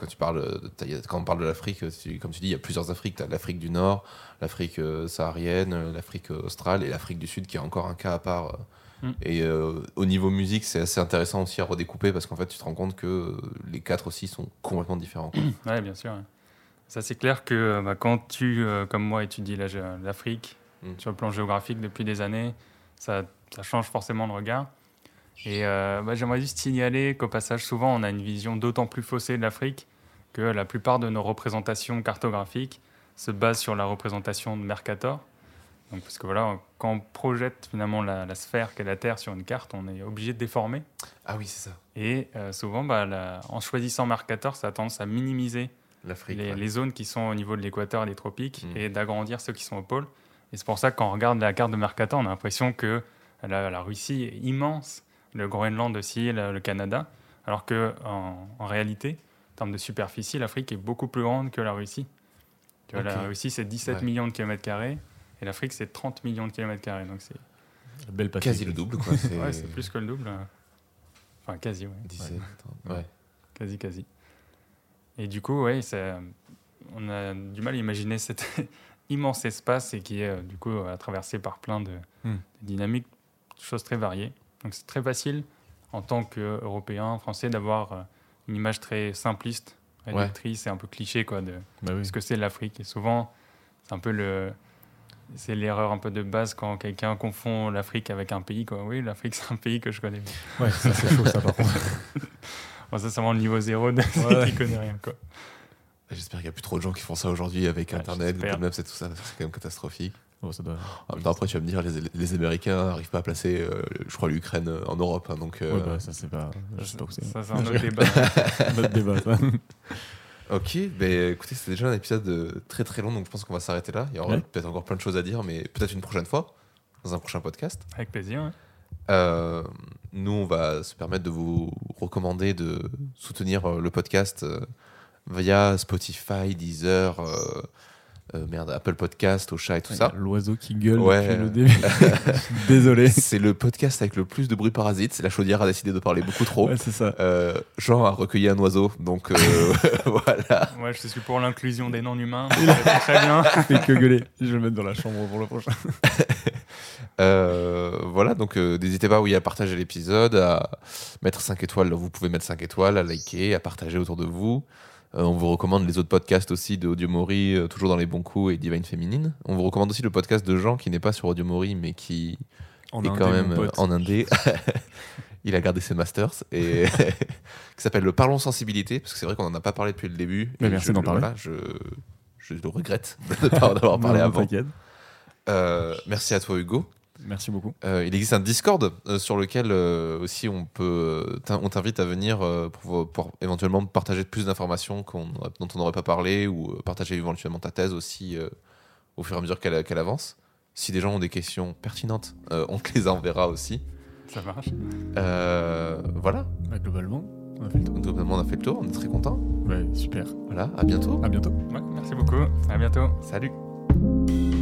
quand on parle de l'Afrique, comme tu dis, il y a plusieurs Afriques. Tu as l'Afrique du Nord, l'Afrique saharienne, l'Afrique australe et l'Afrique du Sud qui est encore un cas à part. Et au niveau musique, c'est assez intéressant aussi à redécouper parce qu'en fait, tu te rends compte que les quatre aussi sont complètement différents. Ouais, bien sûr. Ouais. Ça, c'est clair que quand tu, comme moi, étudies l'Afrique sur le plan géographique depuis des années, ça change forcément le regard. Et j'aimerais juste signaler qu'au passage, souvent, on a une vision d'autant plus faussée de l'Afrique que la plupart de nos représentations cartographiques se basent sur la représentation de Mercator. Donc, parce que quand on projette finalement la sphère qu'est la Terre sur une carte, on est obligé de déformer. Ah oui, c'est ça. Et souvent, en choisissant Mercator, ça a tendance à minimiser les zones qui sont au niveau de l'équateur et des tropiques et d'agrandir ceux qui sont au pôle. Et c'est pour ça que quand on regarde la carte de Mercator, on a l'impression que la Russie est immense, le Groenland aussi, le Canada, alors qu'en réalité, en termes de superficie, l'Afrique est beaucoup plus grande que la Russie. Okay. La Russie, c'est 17 millions de kilomètres carrés. Et l'Afrique, c'est 30 millions de kilomètres carrés. Donc c'est belle quasi le double, quoi. C'est plus que le double. Enfin, quasi, ouais. 17, ouais. Quasi. Et du coup, on a du mal à imaginer cet immense espace et qui est, du coup, traversé par plein de dynamiques, de choses très variées. Donc c'est très facile, en tant qu'Européen, Français, d'avoir une image très simpliste, réductrice et un peu cliché, quoi, de ce que c'est l'Afrique. Et souvent, c'est un peu c'est l'erreur un peu de base quand quelqu'un confond l'Afrique avec un pays, quoi. Oui, l'Afrique, c'est un pays que je connais. Ouais, ça c'est chaud, ça, par contre. Ça, c'est vraiment le niveau zéro de celui qui connaît rien, quoi. J'espère qu'il n'y a plus trop de gens qui font ça aujourd'hui avec Internet, Google Maps et tout ça. C'est quand même catastrophique. Oh, ça doit... En même temps, après, tu vas me dire, les Américains n'arrivent pas à placer, je crois, l'Ukraine en Europe. Hein, donc, Ouais, bah, ça, c'est pas... Je sais pas où c'est. Ça, c'est un autre débat. Notre débat, ça. Ok, ben écoutez, c'était déjà un épisode très très long, donc je pense qu'on va s'arrêter là. Il y aura peut-être encore plein de choses à dire, mais peut-être une prochaine fois, dans un prochain podcast. Avec plaisir. Ouais. Nous, on va se permettre de vous recommander de soutenir le podcast via Spotify, Deezer, Apple Podcast, Ocha et tout ça. L'oiseau qui gueule Ouais. depuis le début. Désolé. C'est le podcast avec le plus de bruit parasite. C'est la chaudière a décidé de parler beaucoup trop. Ouais, c'est ça. Jean a recueilli un oiseau, donc voilà. Ouais, je suis pour l'inclusion des non-humains. C'est très bien. Fait que gueuler. Je vais le mettre dans la chambre pour le prochain. Voilà, donc n'hésitez pas à partager l'épisode, à mettre 5 étoiles. Vous pouvez mettre 5 étoiles, à liker, à partager autour de vous. On vous recommande les autres podcasts aussi de Audio Mori, toujours dans les bons coups, et Divine Féminine. On vous recommande aussi le podcast de Jean qui n'est pas sur Audio Mori, mais qui est quand même en indé. Il a gardé ses masters et qui s'appelle le Parlons Sensibilité, parce que c'est vrai qu'on n'en a pas parlé depuis le début. Mais merci d'en parler. Voilà, je le regrette de ne pas en avoir parlé avant. T'inquiète. Merci à toi, Hugo. Merci beaucoup. Il existe un Discord sur lequel aussi on t'invite à venir pour éventuellement partager plus d'informations dont on n'aurait pas parlé, ou partager éventuellement ta thèse aussi au fur et à mesure qu'elle avance. Si des gens ont des questions pertinentes, on te les enverra aussi. Ça marche. Voilà. Bah, globalement, on a fait le tour. Globalement, on a fait le tour, on est très contents. Ouais, super. Voilà, à bientôt. À bientôt. Ouais, merci beaucoup. À bientôt. Salut.